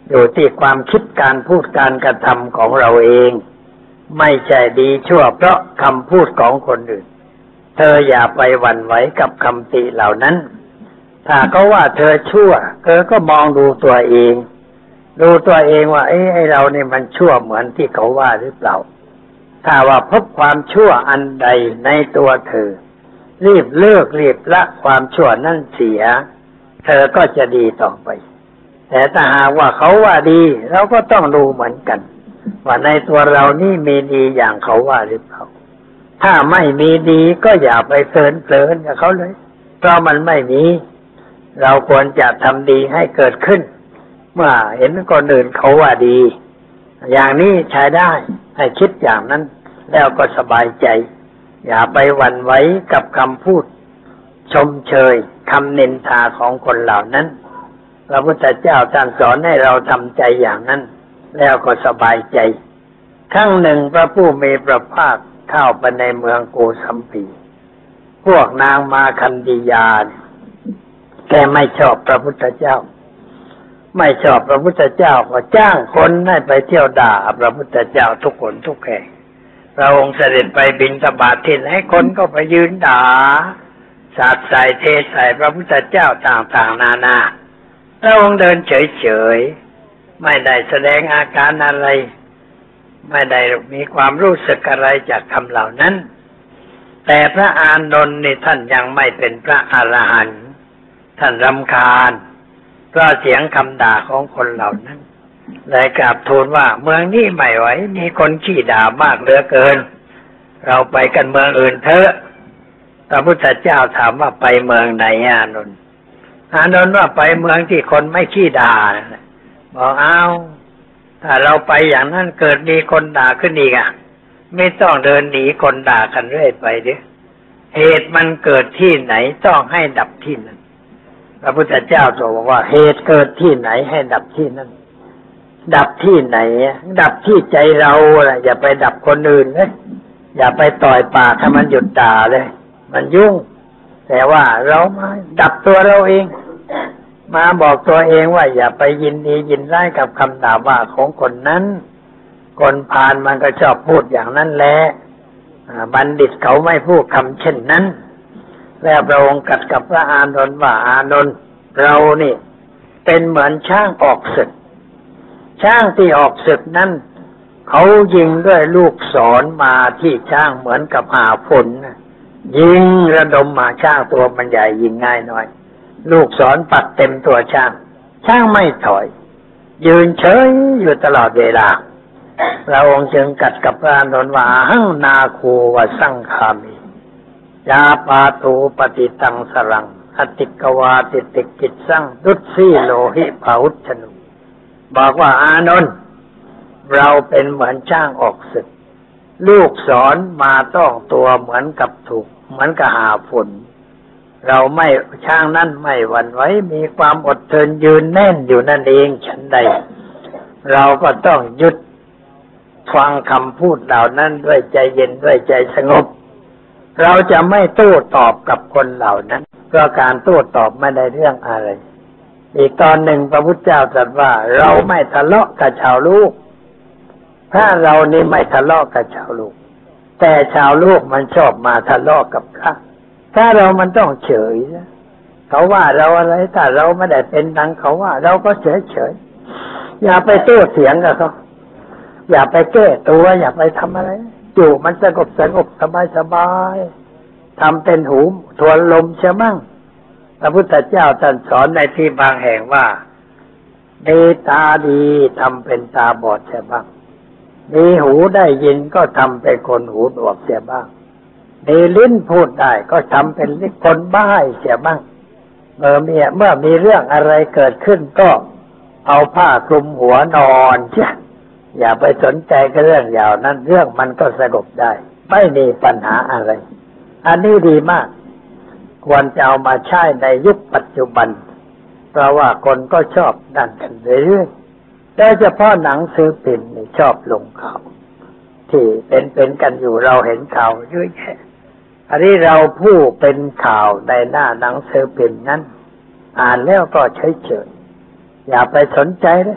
C: อยู่ที่ความคิดการพูดการกระทำของเราเองไม่ใช่ดีชั่วเพราะคำพูดของคนอื่นเธออย่าไปหวั่นไหวกับคำติเหล่านั้นถ้าเขาว่าเธอชั่วเธอก็มองดูตัวเองดูตัวเองว่าเอ้ไอเราเนี่ยมันชั่วเหมือนที่เขาว่าหรือเปล่าถ้าว่าพบความชั่วอันใดในตัวเธอรีบเลิกรีบละความชั่วนั่นเสียเธอก็จะดีต่อไปแต่ถ้าหากว่าเขาว่าดีเราก็ต้องดูเหมือนกันว่าในตัวเรานี่มีดีอย่างเขาว่าหรือเปล่าถ้าไม่มีดีก็อย่าไปเพลินเพลินกับเขาเลยเพราะมันไม่มีเราควรจะทำดีให้เกิดขึ้นเมื่อเห็นคนอื่นเขาว่าดีอย่างนี้ใช้ได้ให้คิดอย่างนั้นแล้วก็สบายใจอย่าไปหวั่นไหวกับคำพูดชมเชยคำนินทาของคนเหล่านั้นพระพุทธเจ้าท่านสอนให้เราทำใจอย่างนั้นแล้วก็สบายใจครั้งหนึ่งพระผู้มีพระภาคเข้าไปในเมืองโกสัมพีพวกนางมาคันธียาแกไม่ชอบพระพุทธเจ้าไม่ชอบพระพุทธเจ้าก็จ้างคนให้ไปเที่ยวด่าพระพุทธเจ้าทุกคนทุกแห่งพระองค์เสด็จไปบิณฑบาตที่ไหนคนก็ไปยืนด่าสาดใส่เทใส่พระพุทธเจ้าต่างๆนานาพระองค์เดินเฉยๆไม่ได้แสดงอาการอะไรไม่ได้มีความรู้สึกอะไรจากคำเหล่านั้นแต่พระอานนท์นี่ท่านยังไม่เป็นพระอรหันต์ท่านรำคาญเพราะเสียงคำด่าของคนเหล่านั้นเลยกราบทูลว่าเมืองนี้ไม่ไหวมีคนขี้ด่ามากเหลือเกินเราไปกันเมืองอื่นเถอะพระพุทธเจ้าถามว่าไปเมืองไหนอานนท์อานนท์ว่าไปเมืองที่คนไม่ขี้ด่าบอกเอาถ้าเราไปอย่างนั้นเกิดมีคนด่าขึ้นอีกอ่ะไม่ต้องเดินหนีคนด่ากันเรื่อยไปดิเหตุมันเกิดที่ไหนต้องให้ดับที่นั้นพระพุทธเจ้าตรัสว่าเหตุเกิดที่ไหนให้ดับที่นั้นดับที่ไหนดับที่ใจเราแหละอย่าไปดับคนอื่นเลยอย่าไปต่อยปากให้มันหยุดด่าเลยมันยุ่งแต่ว่าเรามาดับตัวเราเองมาบอกตัวเองว่าอย่าไปยินดียินร้ายกับคำด่าว่าของคนนั้นคนพาลมันก็ชอบพูดอย่างนั้นแหละบัณฑิตเขาไม่พูดคำเช่นนั้นแล้วพระองค์กัดกับพระอานนท์ว่าอานนท์เรานี่เป็นเหมือนช้างออกศึกช้างที่ออกศึกนั้นเขายิงด้วยลูกศรมาที่ช้างเหมือนกับหาฝนยิงระดมมาช้างตัวมันใหญ่ยิงง่ายหน่อยลูกศรปักเต็มตัวช้างช้างไม่ถอยยืนเฉยอยู่ตลอดเวลาพระองค์จึงกัดกับพระอานนท์ว่าหังนาคูวสังคามิยาปาตูปฏิตังสรังอติกวาติติกิจสังดุษสีโลหิภาวุชนุบอกว่าอานนท์เราเป็นเหมือนช้างออกศึกลูกศรมาต้องตัวเหมือนกับถูกเหมือนกับหาฝนเราไม่ช้างนั้นไม่หวั่นไหวมีความอดทนยืนแน่นอยู่นั่นเองฉันใดเราก็ต้องหยุดฟังคำพูดเหล่านั้นด้วยใจเย็นด้วยใจสงบเราจะไม่โต้ตอบกับคนเหล่านั้นเพราะการโต้ตอบไม่ได้เรื่องอะไรอีกตอนหนึ่งพระพุทธเจ้าตรัสว่าเราไม่ทะเลาะกับชาวลูกถ้าเรานี่ไม่ทะเลาะกับชาวลูกแต่ชาวลูกมันชอบมาทะเลาะกับพระถ้าเรามันต้องเฉยนะเขาว่าเราอะไรถ้าเราไม่ได้เป็นดังเขาว่าเราก็เฉยเฉยอย่าไปโต้เถียงกับเขาอย่าไปแก้ตัวอย่าไปทำอะไรอยู่มันสงบสงบสบายสบายทำเป็นหูทวนลมเชื่อมั่งพระพุทธเจ้าท่านสอนในที่บางแห่งว่ามีตาดีทำเป็นตาบอดเสียบ้างมีหูได้ยินก็ทำเป็นคนหูหนวกเสียบ้างมีลิ้นพูดได้ก็ทำเป็นคนบ้าเสียบ้างเมื่อมีเมื่อมีเรื่องอะไรเกิดขึ้นก็เอาผ้าคลุมหัวนอนเสียอย่าไปสนใจกับเรื่องยาวนั้นเรื่องมันก็สงบได้ไม่มีปัญหาอะไรอันนี้ดีมากควรจะเอามาใช้ในยุคปัจจุบันเพราะว่าคนก็ชอบนั่นกันเรื่อยๆโดยเฉพาะหนังสือพิมพ์นี่ชอบลงข่าวที่เป็นเป็นกันอยู่เราเห็นข่าวเยอะแยะอันนี้เราผู้เป็นข่าวในหน้าหนังสือพิมพ์นั้นอ่านแล้วก็เฉยๆอย่าไปสนใจเลย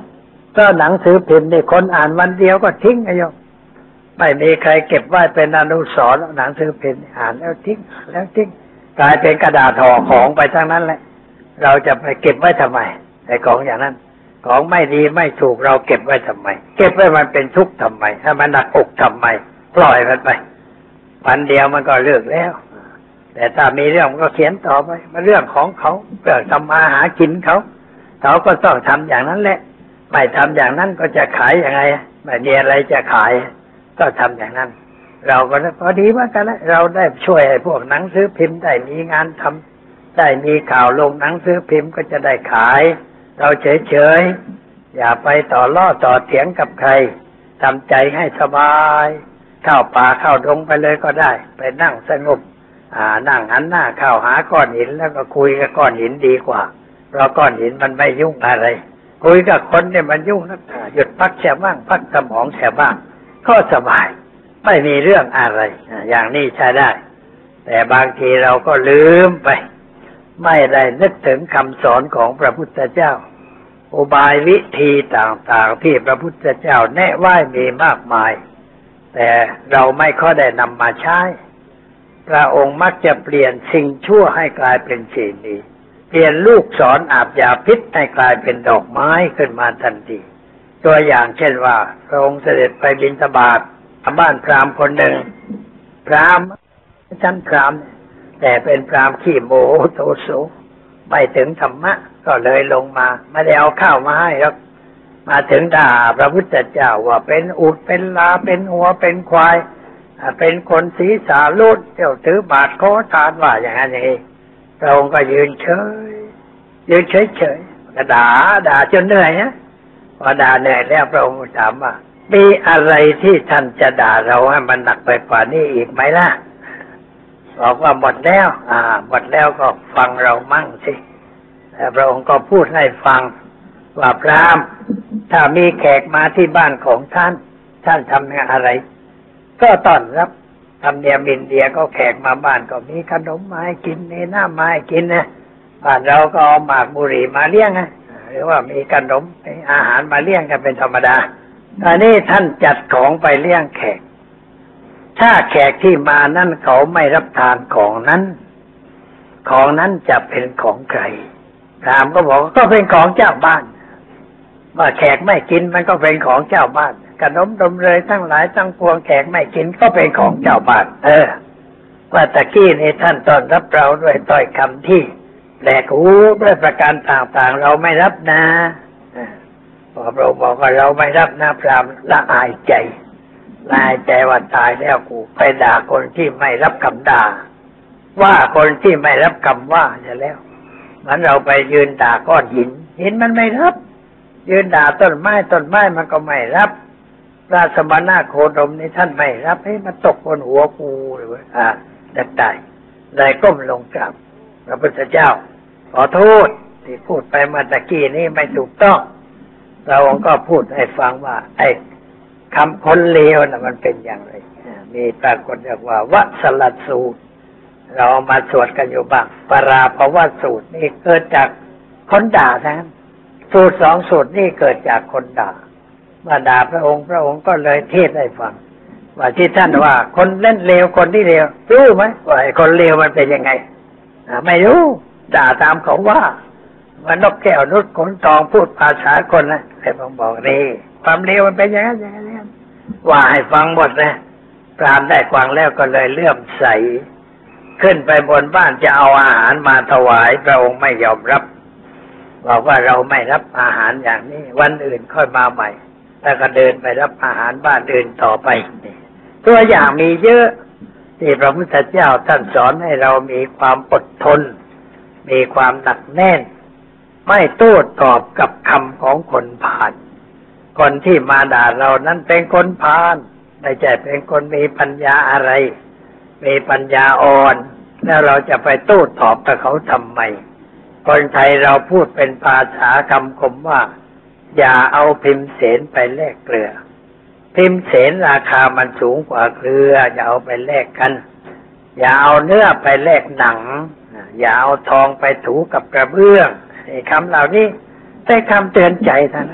C: ก็หนังสือพิมพ์นี่คนอ่านวันเดียวก็ทิ้งไอ้โยมไม่มีใครเก็บไว้เป็นอนุสรณ์หนังสือพิมพ์อ่านแล้วทิ้งแล้วทิ้งกลายเป็นกระดาษห่อของไปทั้งนั้นแหละเราจะไปเก็บไว้ทำไมไอ้ของอย่างนั้นของไม่ดีไม่ถูกเราเก็บไว้ทำไมเก็บไว้มันเป็นทุกข์ทำไมถ้ามันหนักอกทำไมปล่อยมันไปวันเดียวมันก็เลิกแล้วแต่ถ้ามีเรื่องมันก็เขียนต่อไปมันเรื่องของเขาเรื่องทำมาหากินเขาเขาก็ต้องทำอย่างนั้นแหละไม่ทำอย่างนั้นก็จะขายยังไงไม่มีอะไรจะขายก็ทำอย่างนั้นเราก็พอดีว่ากันแล้วเราได้ช่วยให้พวกหนังสือพิมพ์ได้มีงานทำได้มีข่าวลงหนังสือพิมพ์ก็จะได้ขายเราเฉยๆอย่าไปต่อล้อต่อเถียงกับใครทำใจให้สบายเข้าป่าเข้าดงไปเลยก็ได้ไปนั่งสงบอ่านั่งหันหน้าเข้าหาก้อนหินแล้วก็คุยกับก้อนหินดีกว่าเพราะก้อนหินมันไม่ยุ่งอะไรคุยกับคนเนี่ยมันยุ่งนะหยุดพักแฉบ้างพักสมองแฉบ้างก็สบายไม่มีเรื่องอะไรอย่างนี้ใช้ได้แต่บางทีเราก็ลืมไปไม่ได้นึกถึงคำสอนของพระพุทธเจ้าอุบายวิธีต่างๆที่พระพุทธเจ้าแนะไว้มีมากมายแต่เราไม่ค่อยได้นำมาใช้พระองค์มักจะเปลี่ยนสิ่งชั่วให้กลายเป็นสิ่งดีเปลี่ยนลูกศรอาบยาพิษให้กลายเป็นดอกไม้ขึ้นมาทันทีตัวอย่างเช่นว่าพระองค์เสด็จไปบิณฑบาตบ้านพราหมณ์คนหนึ่งพราหมณ์ชั้นพราหมณ์แต่เป็นพราหมณ์ขี้โมโหโทโสไม่ถึงธรรมะก็เลยลงมาไม่ได้เอาข้าวมาให้หรอกมาถึงด่าพระพุทธเจ้าว่าเป็นอุดเป็นลาเป็นหัวเป็นควายเป็นคนศีรษะลุดเจ้าถือบาตรขอทานว่าอย่างนั้นอย่างนี้พระองค์ก็ยืนเฉยยืนเฉยเฉยก็ด่าด่าจนเหนื่อยนะพอด่าเหนื่อยแล้วพระองค์ถามว่ามีอะไรที่ท่านจะด่าเราให้มันหนักไปกว่านี้อีกไหมล่ะบอกว่าหมดแล้วอ่าหมดแล้วก็ฟังเรามั่งสิแต่พระองค์ก็พูดให้ฟังว่าพราหมณ์ถ้ามีแขกมาที่บ้านของท่านท่านทำอะไรก็ต้อนรับทำเนียมอินเดียก็แขกมาบ้านก็มีขนมมาให้กินมีน้ำมาให้กินนะบ้านเราก็เอาหมากบุหรี่มาเลี้ยงนะหรือว่ามีขนมอาหารมาเลี้ยงกันเป็นธรรมดาอันนี้ท่านจัดของไปเลี้ยงแขกถ้าแขกที่มานั่นเขาไม่รับทานของนั้นของนั้นจะเป็นของใครพราหมณ์ก็บอกก็เป็นของเจ้าบ้านว่าแขกไม่กินมันก็เป็นของเจ้าบ้านขนมดมเลยทั้งหลายทั้งปวงแขกไม่กินก็เป็นของเจ้าบ้านเออว่าตะกี้นี่ท่านต้อนรับเราด้วยถ้อยคำที่แปลกหูด้วยประการต่างๆเราไม่รับนะพอเราบอกว่าเราไม่รับนะพราหมณ์ละอายใจละอายใจว่าตายแล้วกูไปด่าคนที่ไม่รับคำด่าว่าคนที่ไม่รับคำว่าจะแล้วมันเราไปยืนด่าก้อนหินหินมันไม่รับยืนด่าต้นไม้ต้นไม้มันก็ไม่รับพระสมณะโคดมนี่ท่านไม่รับให้มันตกบนหัวกูเลยอ่าได้ได้ได้ก้มลงกราบพระพุทธเจ้าขอโทษที่พูดไปเมื่อตะกี้นี้ไม่ถูกต้องเราก็พูดให้ฟังว่าไอ้คำคนเลวน่ะมันเป็นอย่างไรมีปรากฏว่าวัสลัดสูตรเรามาสวดกันอยู่บ้างปราภวสูตรนี่เกิดจากคนด่าทั้งนั้นสูตรสองสูตรนี่เกิดจากคนด่าว่าด่าพระองค์พระองค์ก็เลยเทศให้ฟังว่าที่ท่านว่าคนเล่นเลวคนที่เลวรู้ไหมว่าไอ้คนเลวมันเป็นยังไงไม่รู้ด่าตามเขาว่าว่านกแก้วนุชขนทองพูดภาษาคนนะไอ้ผมบอกนี่ความเลวมันเป็นอย่างนั้นอย่างนั้นว่าให้ฟังหมดนะพราหมณ์ได้ฟังแล้วก็เลยเลื่อมใสขึ้นไปบนบ้านจะเอาอาหารมาถวายพระองค์ไม่ยอมรับบอกว่าเราไม่รับอาหารอย่างนี้วันอื่นค่อยมาใหม่แล้วก็เดินไปรับอาหารบ้านอื่นต่อไปตัวอย่างมีเยอะที่พระพุทธเจ้าท่านสอนให้เรามีความอดทนมีความหนักแน่นไม่โต้ตอบกับคำของคนพาลคนที่มาด่าเรานั้นเป็นคนพาลไม่ใช่เป็นคนมีปัญญาอะไรมีปัญญาอ่อนแล้วเราจะไปโต้ตอบกับเขาทำไมคนไทยเราพูดเป็นภาษาคำคมว่าอย่าเอาพิมพ์เสนไปแลกเกลือพิมพ์เสนราคามันสูงกว่าเกลืออย่าเอาไปแลกกันอย่าเอาเนื้อไปแลกหนังอย่าเอาทองไปถูกับกระเบื้องไอ้คำเหล่านี้ได้คำเตือนใจเท่านั้น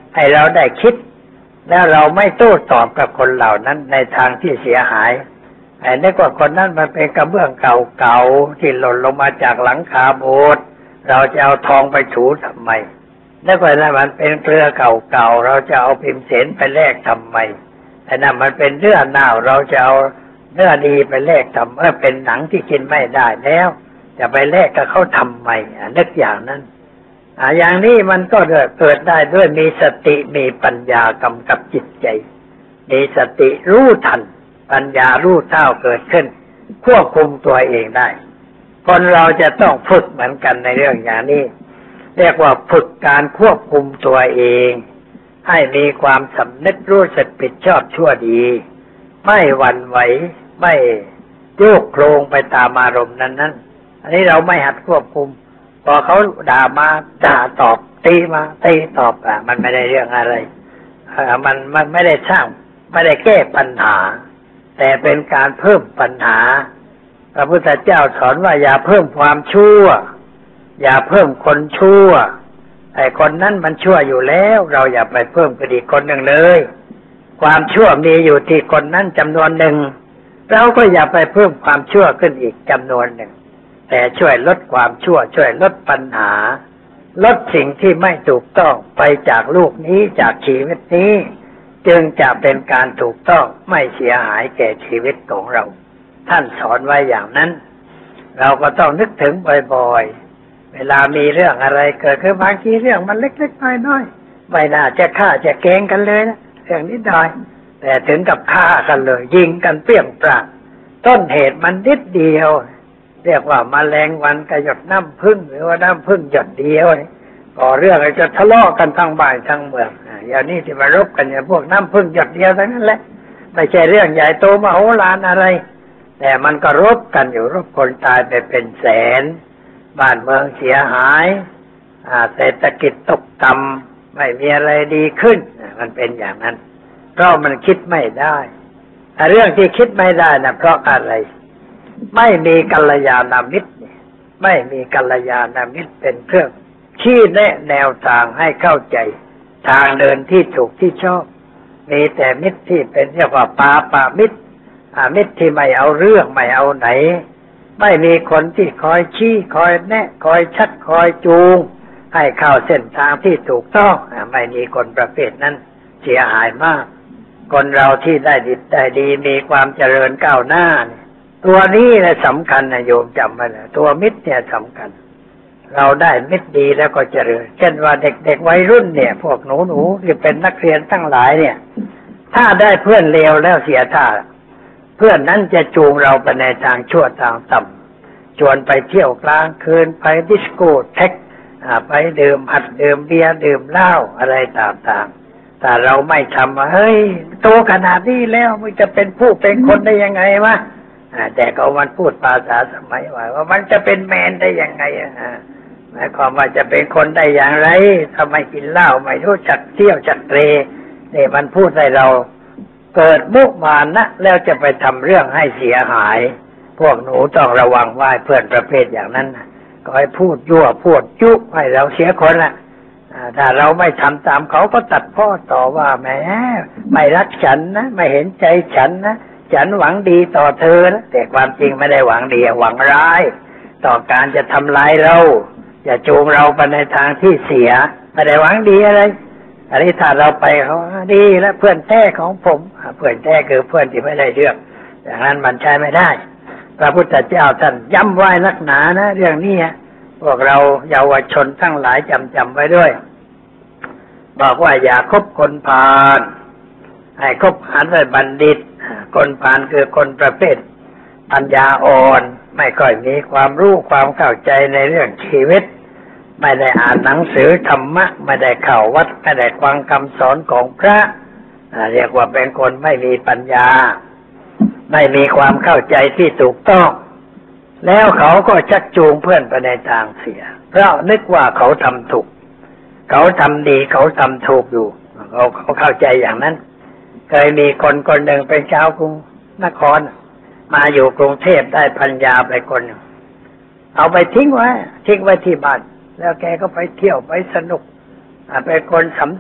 C: ให้เราได้คิดแล้วเราไม่โต้ตอบกับคนเหล่านั้นในทางที่เสียหายไอ้นึกว่าคนนั้นมันเป็นกระเบื้องเก่าๆที่หล่นลงมาจากหลังคาโบสถ์เราจะเอาทองไปถูทำไมนึกว่านั่นมันเป็นเกลือเก่าๆเราจะเอาพิมพ์เสนไปแลกทำไมแต่นั่นมันเป็นเนื้อเน่าเราจะเอาเนื้อดีไปแลกทำเออเป็นหนังที่กินไม่ได้แล้วจะไปแลกกับเขาทำไมนึกอย่างนั้นอ่าอย่างนี้มันก็เกิดได้ด้วยมีสติมีปัญญากำกับจิตใจมีสติรู้ทันปัญญารู้เท่าเกิดขึ้นควบคุมตัวเองได้คนเราจะต้องฝึกเหมือนกันในเรื่องอย่างนี้เรียกว่าฝึกการควบคุมตัวเองให้มีความสำนึกรู้สึกผิดชอบชั่วดีไม่หวั่นไหวไม่โยกโคลงไปตามอารมณ์นั้นๆอันนี้เราไม่หัดควบคุมพอเขาด่ามาด่าตอบตีมาตีตอบอ่ะมันไม่ได้เรื่องอะไรอ่ามันมันไม่ได้สร้างไม่ได้แก้ปัญหาแต่เป็นการเพิ่มปัญหาพระพุทธเจ้าสอนว่าอย่าเพิ่มความชั่วอย่าเพิ่มคนชั่วไอ้คนนั้นมันชั่วอยู่แล้วเราอย่าไปเพิ่มกับอีกคนหนึ่งเลยความชั่วมีอยู่ที่คนนั้นจำนวนหนึ่งเราก็อย่าไปเพิ่มความชั่วขึ้นอีกจำนวนหนึ่งแต่ช่วยลดความชั่วช่วยลดปัญหาลดสิ่งที่ไม่ถูกต้องไปจากโลกนี้จากชีวิตนี้จึงจะเป็นการถูกต้องไม่เสียหายแก่ชีวิตของเราท่านสอนไว้อย่างนั้นเราก็ต้องนึกถึงบ่อยๆเวลามีเรื่องอะไรเกิดขึ้นบางทีเรื่องมันเล็กๆน้อยๆไม่น่าจะฆ่าจะแกล้งกันเลยนะเรื่องนิดหน่อยแต่ถึงกับฆ่ากันเลยยิงกันเปรี้ยงปร้างต้นเหตุมันนิดเดียวเรียกว่าแมลงวันกระหยดน้ำผึ้งหรือว่าน้ำผึ้งหยดเดียวก่อเรื่องจะทะเลาะกันทั้งบ้านทั้งเมืองอย่างนี้ที่มารบกันเนี่ยพวกน้ำผึ้งหยดเดียวทั้งนั้นแหละไม่ใช่เรื่องใหญ่โตมโหฬารอะไรแต่มันก็รบกันอยู่รบคนตายไปเป็นแสนบ้านเมืองเสียหายเศรษฐกิจตกต่ำไม่มีอะไรดีขึ้นมันเป็นอย่างนั้นเพราะมันคิดไม่ได้แต่เรื่องที่คิดไม่ได้นะเพราะอะไรไม่มีกัลยาณมิตรไม่มีกัลยาณมิตรเป็นเครื่องชี้แนะแนวทางให้เข้าใจทางเดินที่ถูกที่ชอบมีแต่มิตรที่เป็นเรียกว่าปาปามิตรมิตรที่ไม่เอาเรื่องไม่เอาไหนไม่มีคนที่คอยชี้คอยแนะคอยชักคอยจูงให้เข้าเส้นทางที่ถูกต้องไม่มีคนประเภทนั้นเสียหายมากคนเราที่ได้ดีได้ดีมีความเจริญก้าวหน้าตัวนี้แหละสำคัญนะโยมจำไว้นะตัวมิตรเนี่ยสำคัญเราได้มิตรดีแล้วก็เจริญเช่นว่าเด็กๆวัยรุ่นเนี่ยพวกหนูๆที่เป็นนักเรียนทั้งหลายเนี่ยถ้าได้เพื่อนเลวแล้วเสียท่าเพื่อนนั้นจะจูงเราไปในทางชั่วทางต่ำชวนไปเที่ยวกลางคืนไปดิสโก้เทคไปดื่มหัดดื่มเบียร์ดื่มเหล้าอะไรต่างๆแต่เราไม่ทำเฮ้ยโตขนาดนี้แล้วมันจะเป็นผู้เป็นคนได้ยังไงวะแต่ก็มันพูดภาษาสมัยว่าว่ามันจะเป็นแมนได้ยังไงหมายความว่าจะเป็นคนได้อย่างไรทำไมกินเหล้าไม่รู้จักเที่ยวจักเตรนี่มันพูดให้เราเกิดมุกมานะแล้วจะไปทำเรื่องให้เสียหายพวกหนูต้องระวังไว้เพื่อนประเภทอย่างนั้นก็ให้พูดยั่วพูดจุให้เราเสียคนละถ้าเราไม่ทำตามเขาก็ตัดพ้อต่อว่าแหมไม่รักฉันนะไม่เห็นใจฉันนะฉันหวังดีต่อเธอนะแต่ความจริงไม่ได้หวังดีหวังร้ายต่อการจะทำลายเราจะจูงเราไปในทางที่เสียไม่ได้หวังดีอะไรอันนี้ถ้าเราไปเขาดีแล้วเพื่อนแท้ของผมเพื่อนแท้คือเพื่อนที่ไม่ได้เรื่องอย่างนั้นมันใช้ไม่ได้พระพุทธเจ้าท่านย้ำไว้นักหนานะเรื่องนี้พวกเราเยาวชนทั้งหลายจำจำไว้ด้วยบอกว่าอย่าคบคนพาลให้คบหาด้วยบัณฑิตคนพาลคือคนประเภทปัญญาอ่อนไม่ค่อยมีความรู้ความเข้าใจในเรื่องชีวิตไม่ได้อ่านหนังสือธรรมะไม่ได้เข้าวัดไม่ได้ฟังคำสอนของพระเรียกว่าเป็นคนไม่มีปัญญาไม่มีความเข้าใจที่ถูกต้องแล้วเขาก็ชักจูงเพื่อนไปในทางเสียเพราะนึกว่าเขาทำถูกเขาทำดีเขาทำถูกอยู่เขาเขาเข้าใจอย่างนั้นเคยมีคนคนหนึ่งเป็นชาวกรุงนครมาอยู่กรุงเทพได้ภรรยาไปคนหนึ่งเอาไปทิ้งไว้ทิ้งไว้ที่บ้านแล้วแกก็ไปเที่ยวไปสนุกเป็นคนสำสอน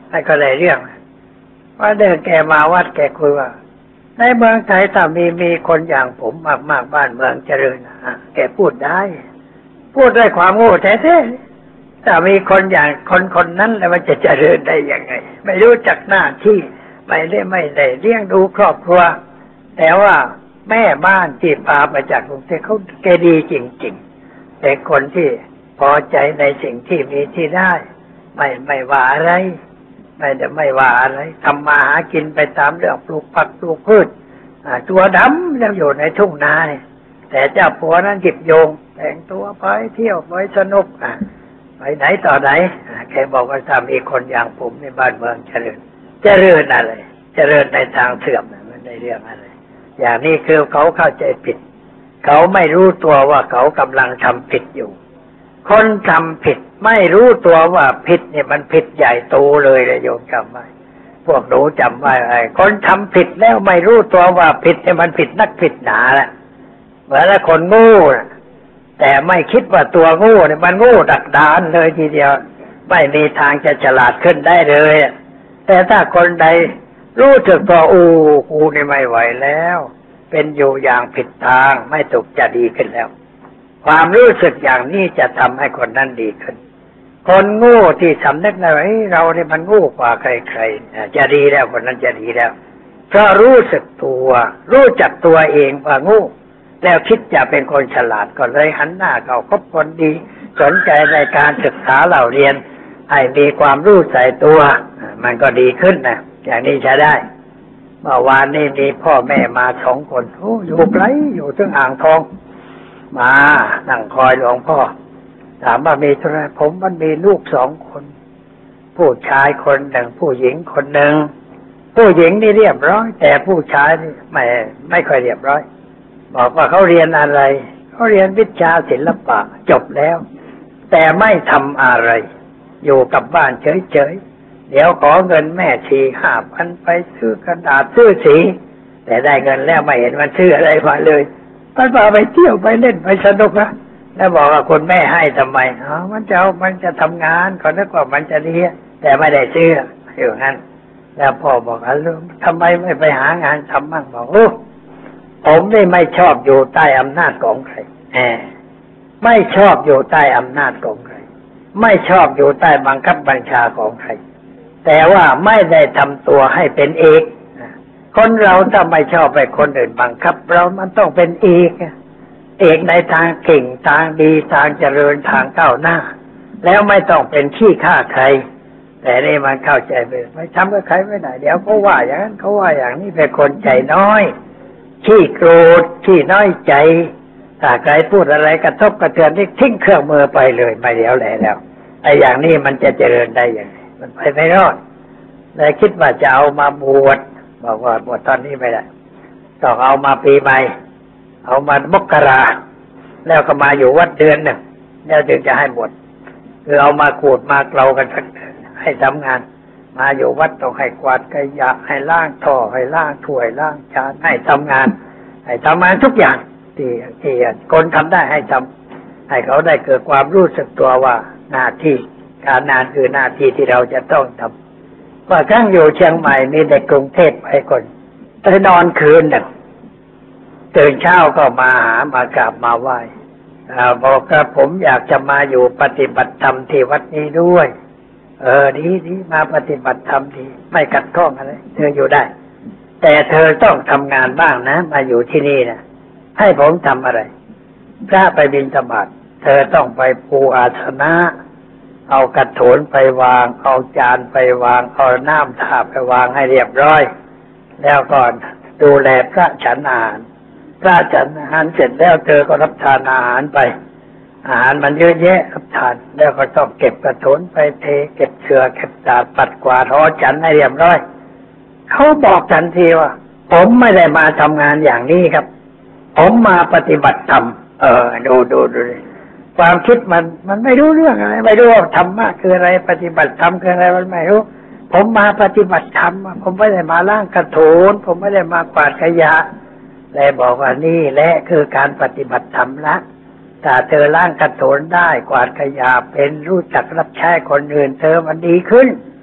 C: ให้ก็ได้เรื่องว่าเดินแกมาวัดแกคุยว่าในเมืองไทยถ้ามีมีคนอย่างผมมากๆบ้านเมืองเจริญนะแกพูดได้พูดด้วยความโง่แท้ๆถ้ามีคนอย่างคนคนนั้นแล้วมันจะเจริญได้ยังไงไม่รู้จักหน้าที่ไม่ได้ไม่ได้เลี้ยงดูครอบครัวแต่ว่าแม่บ้านที่พามาจากกรุงเทพเขาแกดีจริงๆแต่คนที่พอใจในสิ่งที่มีที่ได้ไม่ไม่ว่าอะไรไม่ได้ไม่ว่าอะไรทำมาหากินไปตามเรื่องปลูกผักปลูกพืชตัวดำแล้วอยู่ในทุ่งนาแต่เจ้าผัวนั้นหยิบโยงแต่งตัวไปเที่ยวไปสนุกไปไหนต่อไหนแกบอกว่าถ้ามีคนอย่างผมในบ้านเมืองเจริญเจริญอะไรเจริญในทางเสื่อมมันในเรื่องอะไรอย่างนี้คือเขาเข้าใจผิดเขาไม่รู้ตัวว่าเขากำลังทำผิดอยู่คนทำผิดไม่รู้ตัวว่าผิดเนี่ยมันผิดใหญ่โตเลยเลยโยมจำไว้พวกหนูจำไว้ไอ้คนทำผิดแล้วไม่รู้ตัวว่าผิดเนี่ยมันผิดนักผิดหนาแหละเหมือนกับคนโง่แต่ไม่คิดว่าตัวโง่เนี่ยมันโง่ดักดานเลยทีเดียวไม่มีทางจะฉลาดขึ้นได้เลยแต่ถ้าคนใดรู้สึกตัวอู้กูนี่ไม่ไหวแล้วเป็นอยู่อย่างผิดทางไม่ถูกจะดีขึ้นแล้วความรู้สึกอย่างนี้จะทำให้คนนั้นดีขึ้นคนโง่ที่สำนึกในว่าเราเนี่ยมันโง่กว่าใครๆจะดีแล้วคนนั้นจะดีแล้วเพราะรู้สึกตัวรู้จักตัวเองว่าโง่แล้วคิดจะเป็นคนฉลาดก็เลยหันหน้าเข้าคบคนดีสนใจในการศึกษาเราเรียนให้มีความรู้ใส่ตัวมันก็ดีขึ้นนะอย่างนี้ใช้ได้เมื่อวานนี้มีพ่อแม่มาสองคนโอ้อยู่ไกลอยู่ถึงอ่างทองมานั่งคอยหลวงพ่อถามว่ามีเท่าไหร่ผมมันมีลูกสองคนผู้ชายคนหนึ่งผู้หญิงคนหนึ่งผู้หญิงนี่เรียบร้อยแต่ผู้ชายนี่ไม่ไม่ค่อยเรียบร้อยบอกว่าเขาเรียนอะไรเขาเรียนวิชาศิลปะจบแล้วแต่ไม่ทำอะไรอยู่กับบ้านเฉยๆเดี๋ยวขอเงินแม่ชีห้าพันไปซื้อกระดาษซื้อสีแต่ได้เงินแล้วไม่เห็นมันซื้ออะไรมาเลยมันพาไปเที่ยวไปเล่นไปสนุกนะแล้วบอกว่าคุณแม่ให้ทำไมอ๋อมันจะเอามันจะทำงานเขานึกว่ามันจะดีแต่ไม่ได้ซื้ออยู่งั้นแล้วพ่อบอกอ่ะลูกทำไมไม่ไปหางานทำบ้างบอกโอ้ผมนี่ไม่ชอบอยู่ใต้อำนาจของใครแหมไม่ชอบอยู่ใต้อำนาจของใครไม่ชอบอยู่ใต้บังคับบัญชาของใครแต่ว่าไม่ได้ทำตัวให้เป็นเอกคนเราถ้าไม่ชอบไปคนอื่นบังคับเรามันต้องเป็นเอกเอกในทางเก่งทางดีทางเจริญทางก้าวหน้าแล้วไม่ต้องเป็นขี้ข้าใครแต่นี่มันเข้าใจไปไม่ทำกับใครไม่ได้เดี๋ยวเขาว่าอย่างนั้นเขาว่าอย่างนี้เป็นคนใจน้อยขี้โกรธขี้น้อยใจถ้าใครพูดอะไรกระทบกระเทือนนี่ทิ้งเครื่องมือไปเลยไม่เดี๋ยวแหละแล้วไอ้อย่างนี้มันจะเจริญได้ยังไงมันไปไม่รอดเลยคิดว่าจะเอามาบวชบอกว่าบวชตอนนี้ไม่ได้ต้องเอามาปีใหม่เอามามกราแล้วก็มาอยู่วัดเดือนหนึ่งแล้วจึงจะให้บวชคือเอามาขูดมาเกลากันสักให้ทำงานมาอยู่วัดต้องให้กวาดขยะให้ล้างท่อให้ล้างถ้วยล้างจานให้ทำงานให้ทำงานทุกอย่างที่ที่คนทำได้ให้ทำให้เขาได้เกิดความรู้สึกตัวว่าหน้าที่การงานคือหน้าที่ที่เราจะต้องทำว่าครั้งอยู่เชียงใหม่มีเด็กกรุงเทพไปคนไปนอนคืนหนึ่งตื่นเช้าก็มาหามากราบมาไหว้บอกว่าผมอยากจะมาอยู่ปฏิบัติธรรมที่วัดนี้ด้วยเออดีดีมาปฏิบัติธรรมดีไม่กัดข้องอะไรเธออยู่ได้แต่เธอต้องทำงานบ้างนะมาอยู่ที่นี่นะให้ผมทำอะไรพระไปบิณฑบาตเธอต้องไปปูอาสนะเอากระโถนไปวางเอาจานไปวางเอาน้ำถาไปวางให้เรียบร้อยแล้วก่อนดูแลพระฉันอาหารพระฉันอาหารเสร็จแล้วเธอก็รับทานอาหารไปอาหารมันเยอะแยะรับทานแล้วก็ต้องเก็บกระโถนไปเทเก็บเชือเก็บจานปัดกวาดหอฉันให้เรียบร้อยเขาบอกทันทีว่าผมไม่ได้มาทำงานอย่างนี้ครับผมมาปฏิบัติธรรมเออดูดูดูความคิดมันมันไม่รู้เรื่องอะไรไม่รู้ว่าธรรมะคืออะไรปฏิบัติธรรมคืออะไรมันไม่รู้ผมมาปฏิบัติธรรมผมไม่ได้มาล้างกระโถนผมไม่ได้มากวาดขยะเลยบอกว่านี่แหละคือการปฏิบัติธรรมละถ้าเธอล้างกระโถนได้กวาดขยะเป็นรู้จักรับใช้คนอื่นเธอมันดีขึ้น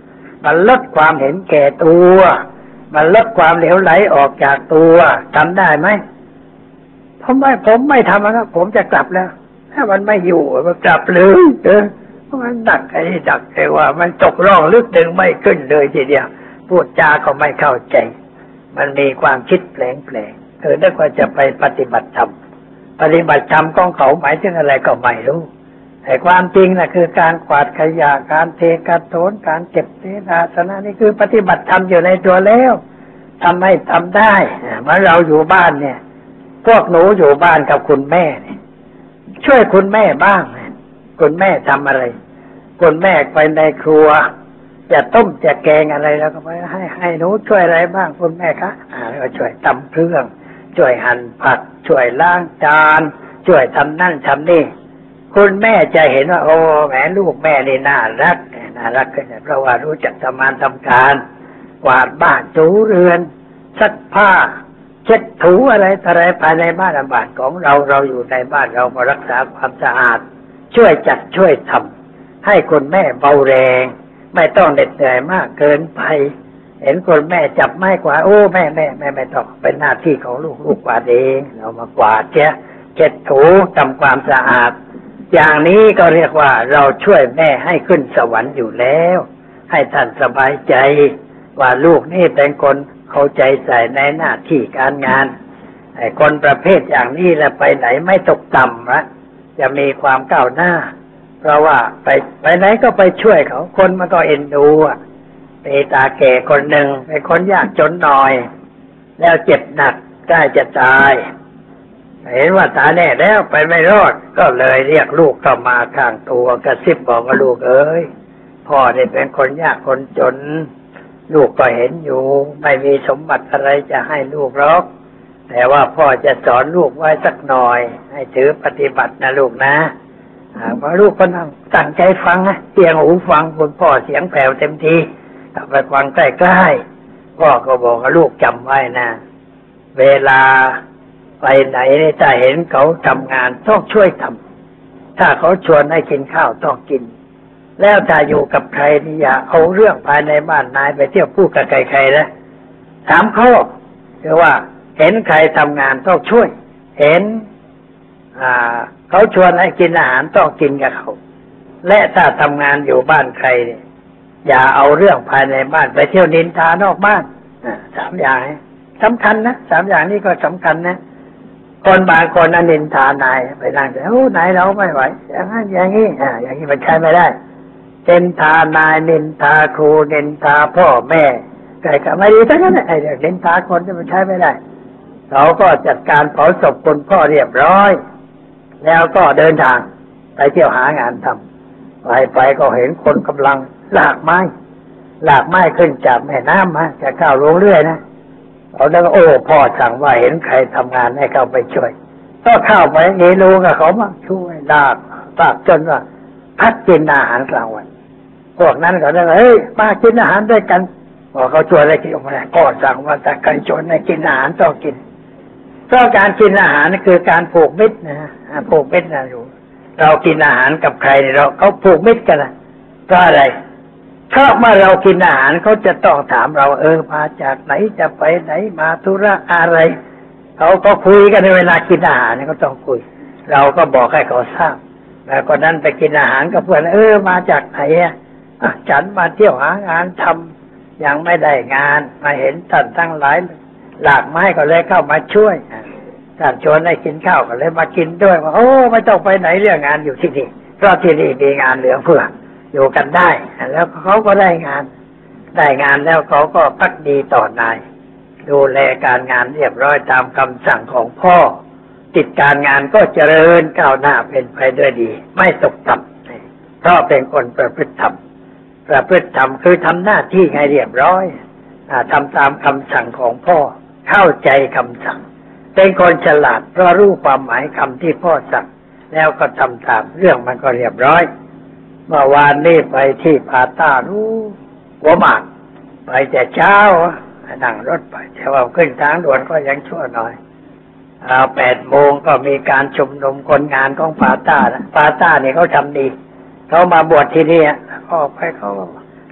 C: มันลดความเห็นแก่ตัวมันลดความเหลวไหลออกจากตัวทำได้ไหมผมไม่ผมไม่ทำแล้วผมจะกลับแล้วถ้ามันไม่อยู่มันกลับเลยเออมันดักไอ้ดักแต่ว่ามันตกร่องลึกดึงไม่ขึ้นเลยทีเดียวพูดจาก็ไม่เข้าใจมันมีความคิดแปลงๆเออนึกว่าจะไปปฏิบัติธรรมปฏิบัติธรรมของเขาหมายถึงอะไรก็ไม่รู้แต่ความจริงนะคือการกวาดขยะการเทกระโถนการเก็บเศษอาสนะนี่คือปฏิบัติธรรมอยู่ในตัวแล้วทำให้ทำได้เมื่อเราอยู่บ้านเนี่ยพวกหนูอยู่บ้านกับคุณแม่เนี่ยช่วยคุณแม่บ้างคุณแม่ทำอะไรคุณแม่ไปในครัวจะต้มจะแกงอะไรแล้วก็ไปให้ให้หนูช่วยอะไรบ้างคุณแม่คะอ่าก็ช่วยตำเครื่องช่วยหั่นผักช่วยล้างจานช่วยทำนั่นทำนี่คุณแม่จะเห็นว่าโอ้แหมลูกแม่นี่น่ารักน่ารักขึ้นเพราะว่ารู้จักทำงานทำการกวาดบ้านถูเรือนซักผ้าเช็ดถูอะไรอะไรภายในบ้านบ้านของเราเราอยู่ในบ้านเราก็รักษาความสะอาดช่วยจัดช่วยทำให้คุณแม่เบาแรงไม่ต้องเหน็ดเหนื่อยมากเกินไปเห็นคุณแม่จับไม้กวาดโอ้แม่แม่แม่ไม่ต้องเป็นหน้าที่ของลูกลูกกวาดเองเรามากวาดเช็ดเช็ดถูทำความสะอาดอย่างนี้ก็เรียกว่าเราช่วยแม่ให้ขึ้นสวรรค์อยู่แล้วให้ท่านสบายใจว่าลูกนี่เป็นคนเข้าใจใส่ในหน้าที่การงานไอ้คนประเภทอย่างนี้แหละไปไหนไม่ตกต่ำนะจะมีความก้าวหน้าเพราะว่าไปไปไหนก็ไปช่วยเขาคนมันก็เอ็นดูอ่ะมีตาแก่คนหนึ่งเป็นคนยากจนหน่อยแล้วเจ็บหนักใกล้จะตายเห็นว่าตายแน่แล้วไปไม่รอดก็เลยเรียกลูกเข้ามาข้างตัวกระซิบบอกว่าลูกเอ้ยพ่อเนี่ยเป็นคนยากคนจนลูกก็เห็นอยู่ไม่มีสมบัติอะไรจะให้ลูกหรอกแต่ว่าพ่อจะสอนลูกไว้สักหน่อยให้ถือปฏิบัตินะลูกนะพอลูกก็นั่งตั้งใจฟังนะเตียงหูฟังคุณพ่อเสียงแผ่วเต็มทีไปฟังใกล้ๆพ่อก็บอกว่าลูกจำไว้นะเวลาไปไหนถ้าเห็นเขาทำงานต้องช่วยทำถ้าเขาชวนให้กินข้าวต้องกินแล้วถ้าอยู่กับใครนี่อย่าเอาเรื่องภายในบ้านนายไปเที่ยวพูดกับใครๆนะสามข้อคือว่าเห็นใครทำงานต้องช่วยเห็นอ่าเขาชวนให้กินอาหารต้องกินกับเขาและถ้าทำงานอยู่บ้านใครเนี่ยอย่าเอาเรื่องภายในบ้านไปเที่ยวนินทานอกบ้านสามอย่างสำคัญนะสามอย่างนี้ก็สำคัญนะคนบางคนนินทานายไปนั่งแต่โอ้นายเราไม่ไหวอย่างนั้นอย่างนี้อ่าอย่างนี้มันใช้ไม่ได้นินทานายนินทาครูนินทาพ่อแม่ใครก็ไม่ดีทั้งนั้นไอ้เรื่องนินทาคนที่มันใช้ไม่ได้เขาก็จัดการเผาศพคุณพ่อเรียบร้อยแล้วก็เดินทางไปเที่ยวหางานทำไปไปก็เห็นคนกำลังลากไม้ลากไม้ขึ้นจากแม่น้ำมาจะเข้าลงเรื่อยนะเขาแล้วก็โอ้พ่อสั่งว่าเห็นใครทำงานให้เข้าไปช่วยก็เข้าไปเอลูกับเขามาช่วยลากลากจนว่าพักกินอาหารกลางวันพวกนั้นก็เลยเฮ้ยมากินอาหารด้วยกันพอเขาชวนอะไรกินออกมาพ่อสั่งว่าถ้าใครชวนให้กินอาหารต้องกินเพราะการกินอาหารนี่คือการผูกมิตรนะผูกมิตรนะอยู่เรากินอาหารกับใครเราเขาผูกมิตรกันนะเพราะอะไรเพราะเมื่อเรากินอาหารเขาจะต้องถามเราเออมาจากไหนจะไปไหนมาธุระอะไรเขาก็คุยกันในเวลากินอาหารนี่ก็ต้องคุยเราก็บอกให้เขาทราบแล้วก็นั้นไปกินอาหารกับเพื่อนเออมาจากไหนอ่ะฉันมาเที่ยวหางานทำยังไม่ได้งานมาเห็นท่านทั้งหลายหลากไม้ก็เลยเข้ามาช่วยท่านชวนให้กินข้าวก็เลยมากินด้วยว่าโอ้ไม่ต้องไปไหนเรื่องงานอยู่ที่นี่เพราะที่นี่มีงานเหลือเฟืออยู่กันได้แล้วเขาก็ได้งานได้งานแล้วเขาก็พักดีต่อนายดูแลการงานเรียบร้อยตามคำสั่งของพ่อกิจการงานก็เจริญก้าวหน้าเป็นไปด้วยดีไม่ตกต่ำเพราะเป็นคนประพฤติธรรมประพฤติธรรมคือทำหน้าที่ให้เรียบร้อยทำตามคำสั่งของพ่อเข้าใจคำสั่งเป็นคนฉลาดเพราะรู้ความหมายคำที่พ่อสั่งแล้วก็ทำตามเรื่องมันก็เรียบร้อยเมื่อวานนี้ไปที่พาต้ารู้หัวหมากไปแต่เช้านั่งรถไปแต่ว่าขึ้นทางด่วนก็ยังชั่วหน่อยเอาแปดโมงก็มีการชุมนุมคนงานของพาต้านะพาต้าเนี่ยเขาทำดีเขามาบวชที่นี่ก็ไปเขา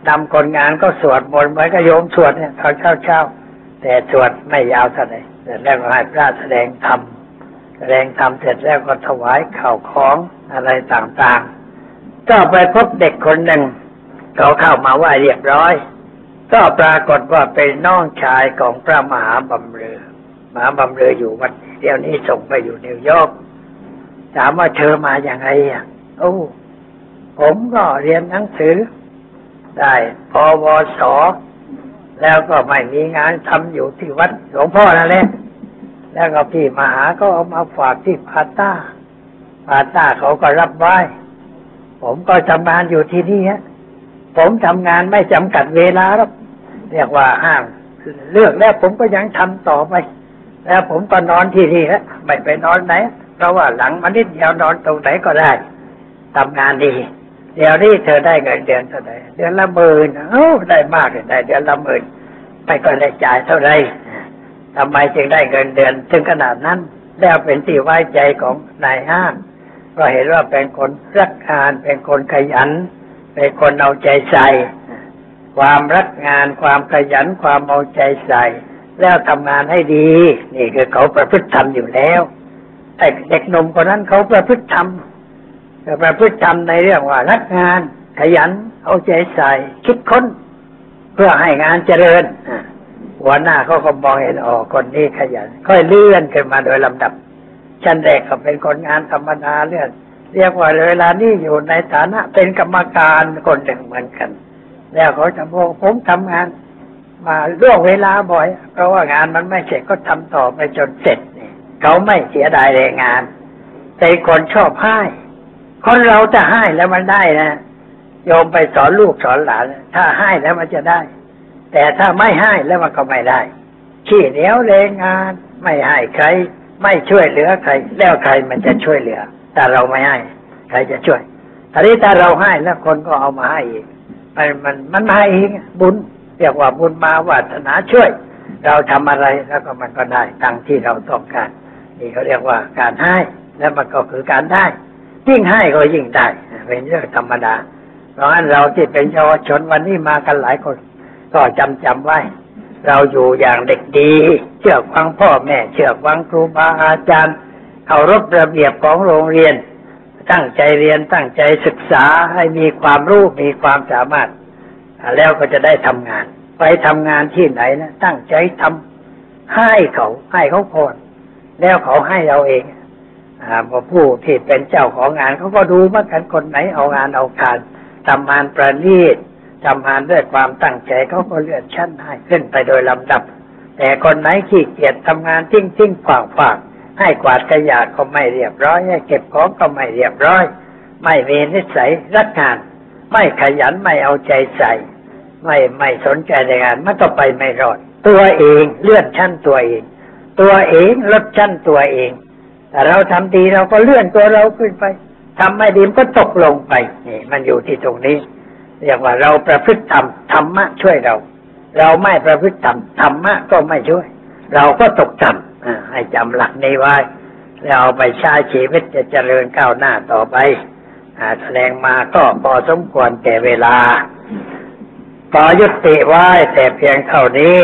C: นำคนงานก็สวดมนต์ไว้ก็โยมสวดเนี่ยตอนเช้าเช้าแต่สวดไม่ยาวเท่าไหร่เสร็จแล้วก็ให้พระแสดงธรรมแสดงธรรมเสร็จแล้วก็ถวายข้าวของอะไรต่างๆก็ไปพบเด็กคนหนึ่งเขาเข้ามาไหว้เรียบร้อยก็ปรากฏว่าเป็นน้องชายของพระมหาบำเรอมหาบำเรออยู่วัดเดี๋ยวนี้ส่งไปอยู่นิวยอร์กถามว่าเธอมาอย่างไรอ่ะโอ้ผมก็เรียนหนังสือได้ปวสแล้วก็ไม่มีงานทำอยู่ที่วัดหลวงพ่อนั่นแหละแล้วก็พี่มหาก็เอามาฝากที่พาต้าพาต้าเขาก็รับไว้ผมก็ทำงานอยู่ที่นี่ฮะผมทำงานไม่จำกัดเวลาหรอกเรียกว่าห้ามเลือกแล้วผมก็ยังทำต่อไปแล้วผมก็นอนที่นี่ฮะไม่ไปนอนไหนเพราะว่าหลังมานิดเดียวนอนตรงไหนก็ได้ทำงานดีเดี๋ยวนี้เธอได้เงินเดือนเท่าไหร่เดือนละหมื่นเอ้าได้มากเลยได้เดือนละหมื่นไม่ก็ได้จ่ายเท่าไหร่ทำไมจึงได้เงินเดือนถึงขนาดนั้นแล้วเป็นที่ไว้ใจของนายห้างก็เห็นว่าเป็นคนรักงานเป็นคนขยันเป็นคนเอาใจใส่ความรักงานความขยันความเอาใจใส่แล้วทำงานให้ดีนี่คือเขาประพฤติธรรมอยู่แล้วแต่เด็กหนุ่มคนนั้นเขาประพฤติธรรมแต่ประพฤติธรรมในเรื่องว่ารักงานขยันเอาใจใส่คิดค้นเพื่อให้งานเจริญหัวหน้าเขาก็มองเห็นอ๋อคนนี้ขยันค่อยเลื่อนขึ้นมาโดยลำดับชั้นแรกก็เป็นคนงานธรรมดาเลื่อนเรียกว่าเวลานี้อยู่ในฐานะเป็นกรรมการคนหนึ่งเหมือนกันแล้วเขาจะบอกผมทำงานมาล่วงเวลาบ่อยเพราะว่างานมันไม่เสร็จก็ทำต่อไปจนเสร็จนี่เขาไม่เสียดายแรงงานแต่คนชอบให้คนเราจะให้แล้วมันได้นะโยมไปสอนลูกสอนหลานถ้าให้แล้วมันจะได้แต่ถ้าไม่ให้แล้วมันก็ไม่ได้ขี้เหนียวแรงงานไม่ให้ใครไม่ช่วยเหลือใครแล้วใครมันจะช่วยเหลือแต่เราไม่ให้ใครจะช่วยทีนี้ถ้าเราให้แล้วคนก็เอามาให้อีกมันมันมันมาเองบุญเรียกว่าบุญมาวาสนาช่วยเราทำอะไรแล้วก็มันก็ได้ตามที่เราต้องการนี่เขาเรียกว่าการให้แล้วมันก็คือการได้ยิ่งให้ก็ยิ่งได้เป็นเรื่องธรรมดาเพราะฉะนั้นเราที่เป็นเยาวชนวันนี้มากันหลายคนก็จำจำไว้เราอยู่อย่างเด็กดีเชื่อฟังพ่อแม่เชื่อฟังครูบาอาจารย์เคารพระเบียบของโรงเรียนตั้งใจเรียนตั้งใจศึกษาให้มีความรู้มีความสามารถแล้วก็จะได้ทำงานไปทำงานที่ไหนนะตั้งใจทำให้เขาให้เขาก่อนแล้วเขาให้เราเองอ่าผู้ที่เป็นเจ้าของงานเขาก็ดูว่ากันคนไหนเอางานเอาการทำงานประณีตทำงานด้วยความตั้งใจเขาก็เลื่อนชั้นให้ขึ้นไปโดยลำดับแต่คนไหนขี้เกียจทำงานทิ้งทิ้งฝากฝากให้กวาดขยะก็ไม่เรียบร้อยให้เก็บของก็ไม่เรียบร้อยไม่มีนิสัยรักงานไม่ขยันไม่เอาใจใส่ไม่ไม่สนใจในงานมันก็ไปไม่รอดตัวเองเลื่อนชั้นตัวเองตัวเองลดชั้นตัวเองแต่เราทำดีเราก็เลื่อนตัวเราขึ้นไปทำไม่ดีมันก็ตกลงไปนี่มันอยู่ที่ตรงนี้เรียกว่าเราประพฤติธรรมธรรมะช่วยเราเราไม่ประพฤติธรรมธรรมะก็ไม่ช่วยเราก็ตกต่ำให้จำหลักนี้ไว้แล้วเอาไปใช้ชีวิตจะเจริญก้าวหน้าต่อไปแสดงมาก็พอสมควรแก่เวลาขอยุติไว้แต่เพียงเท่านี้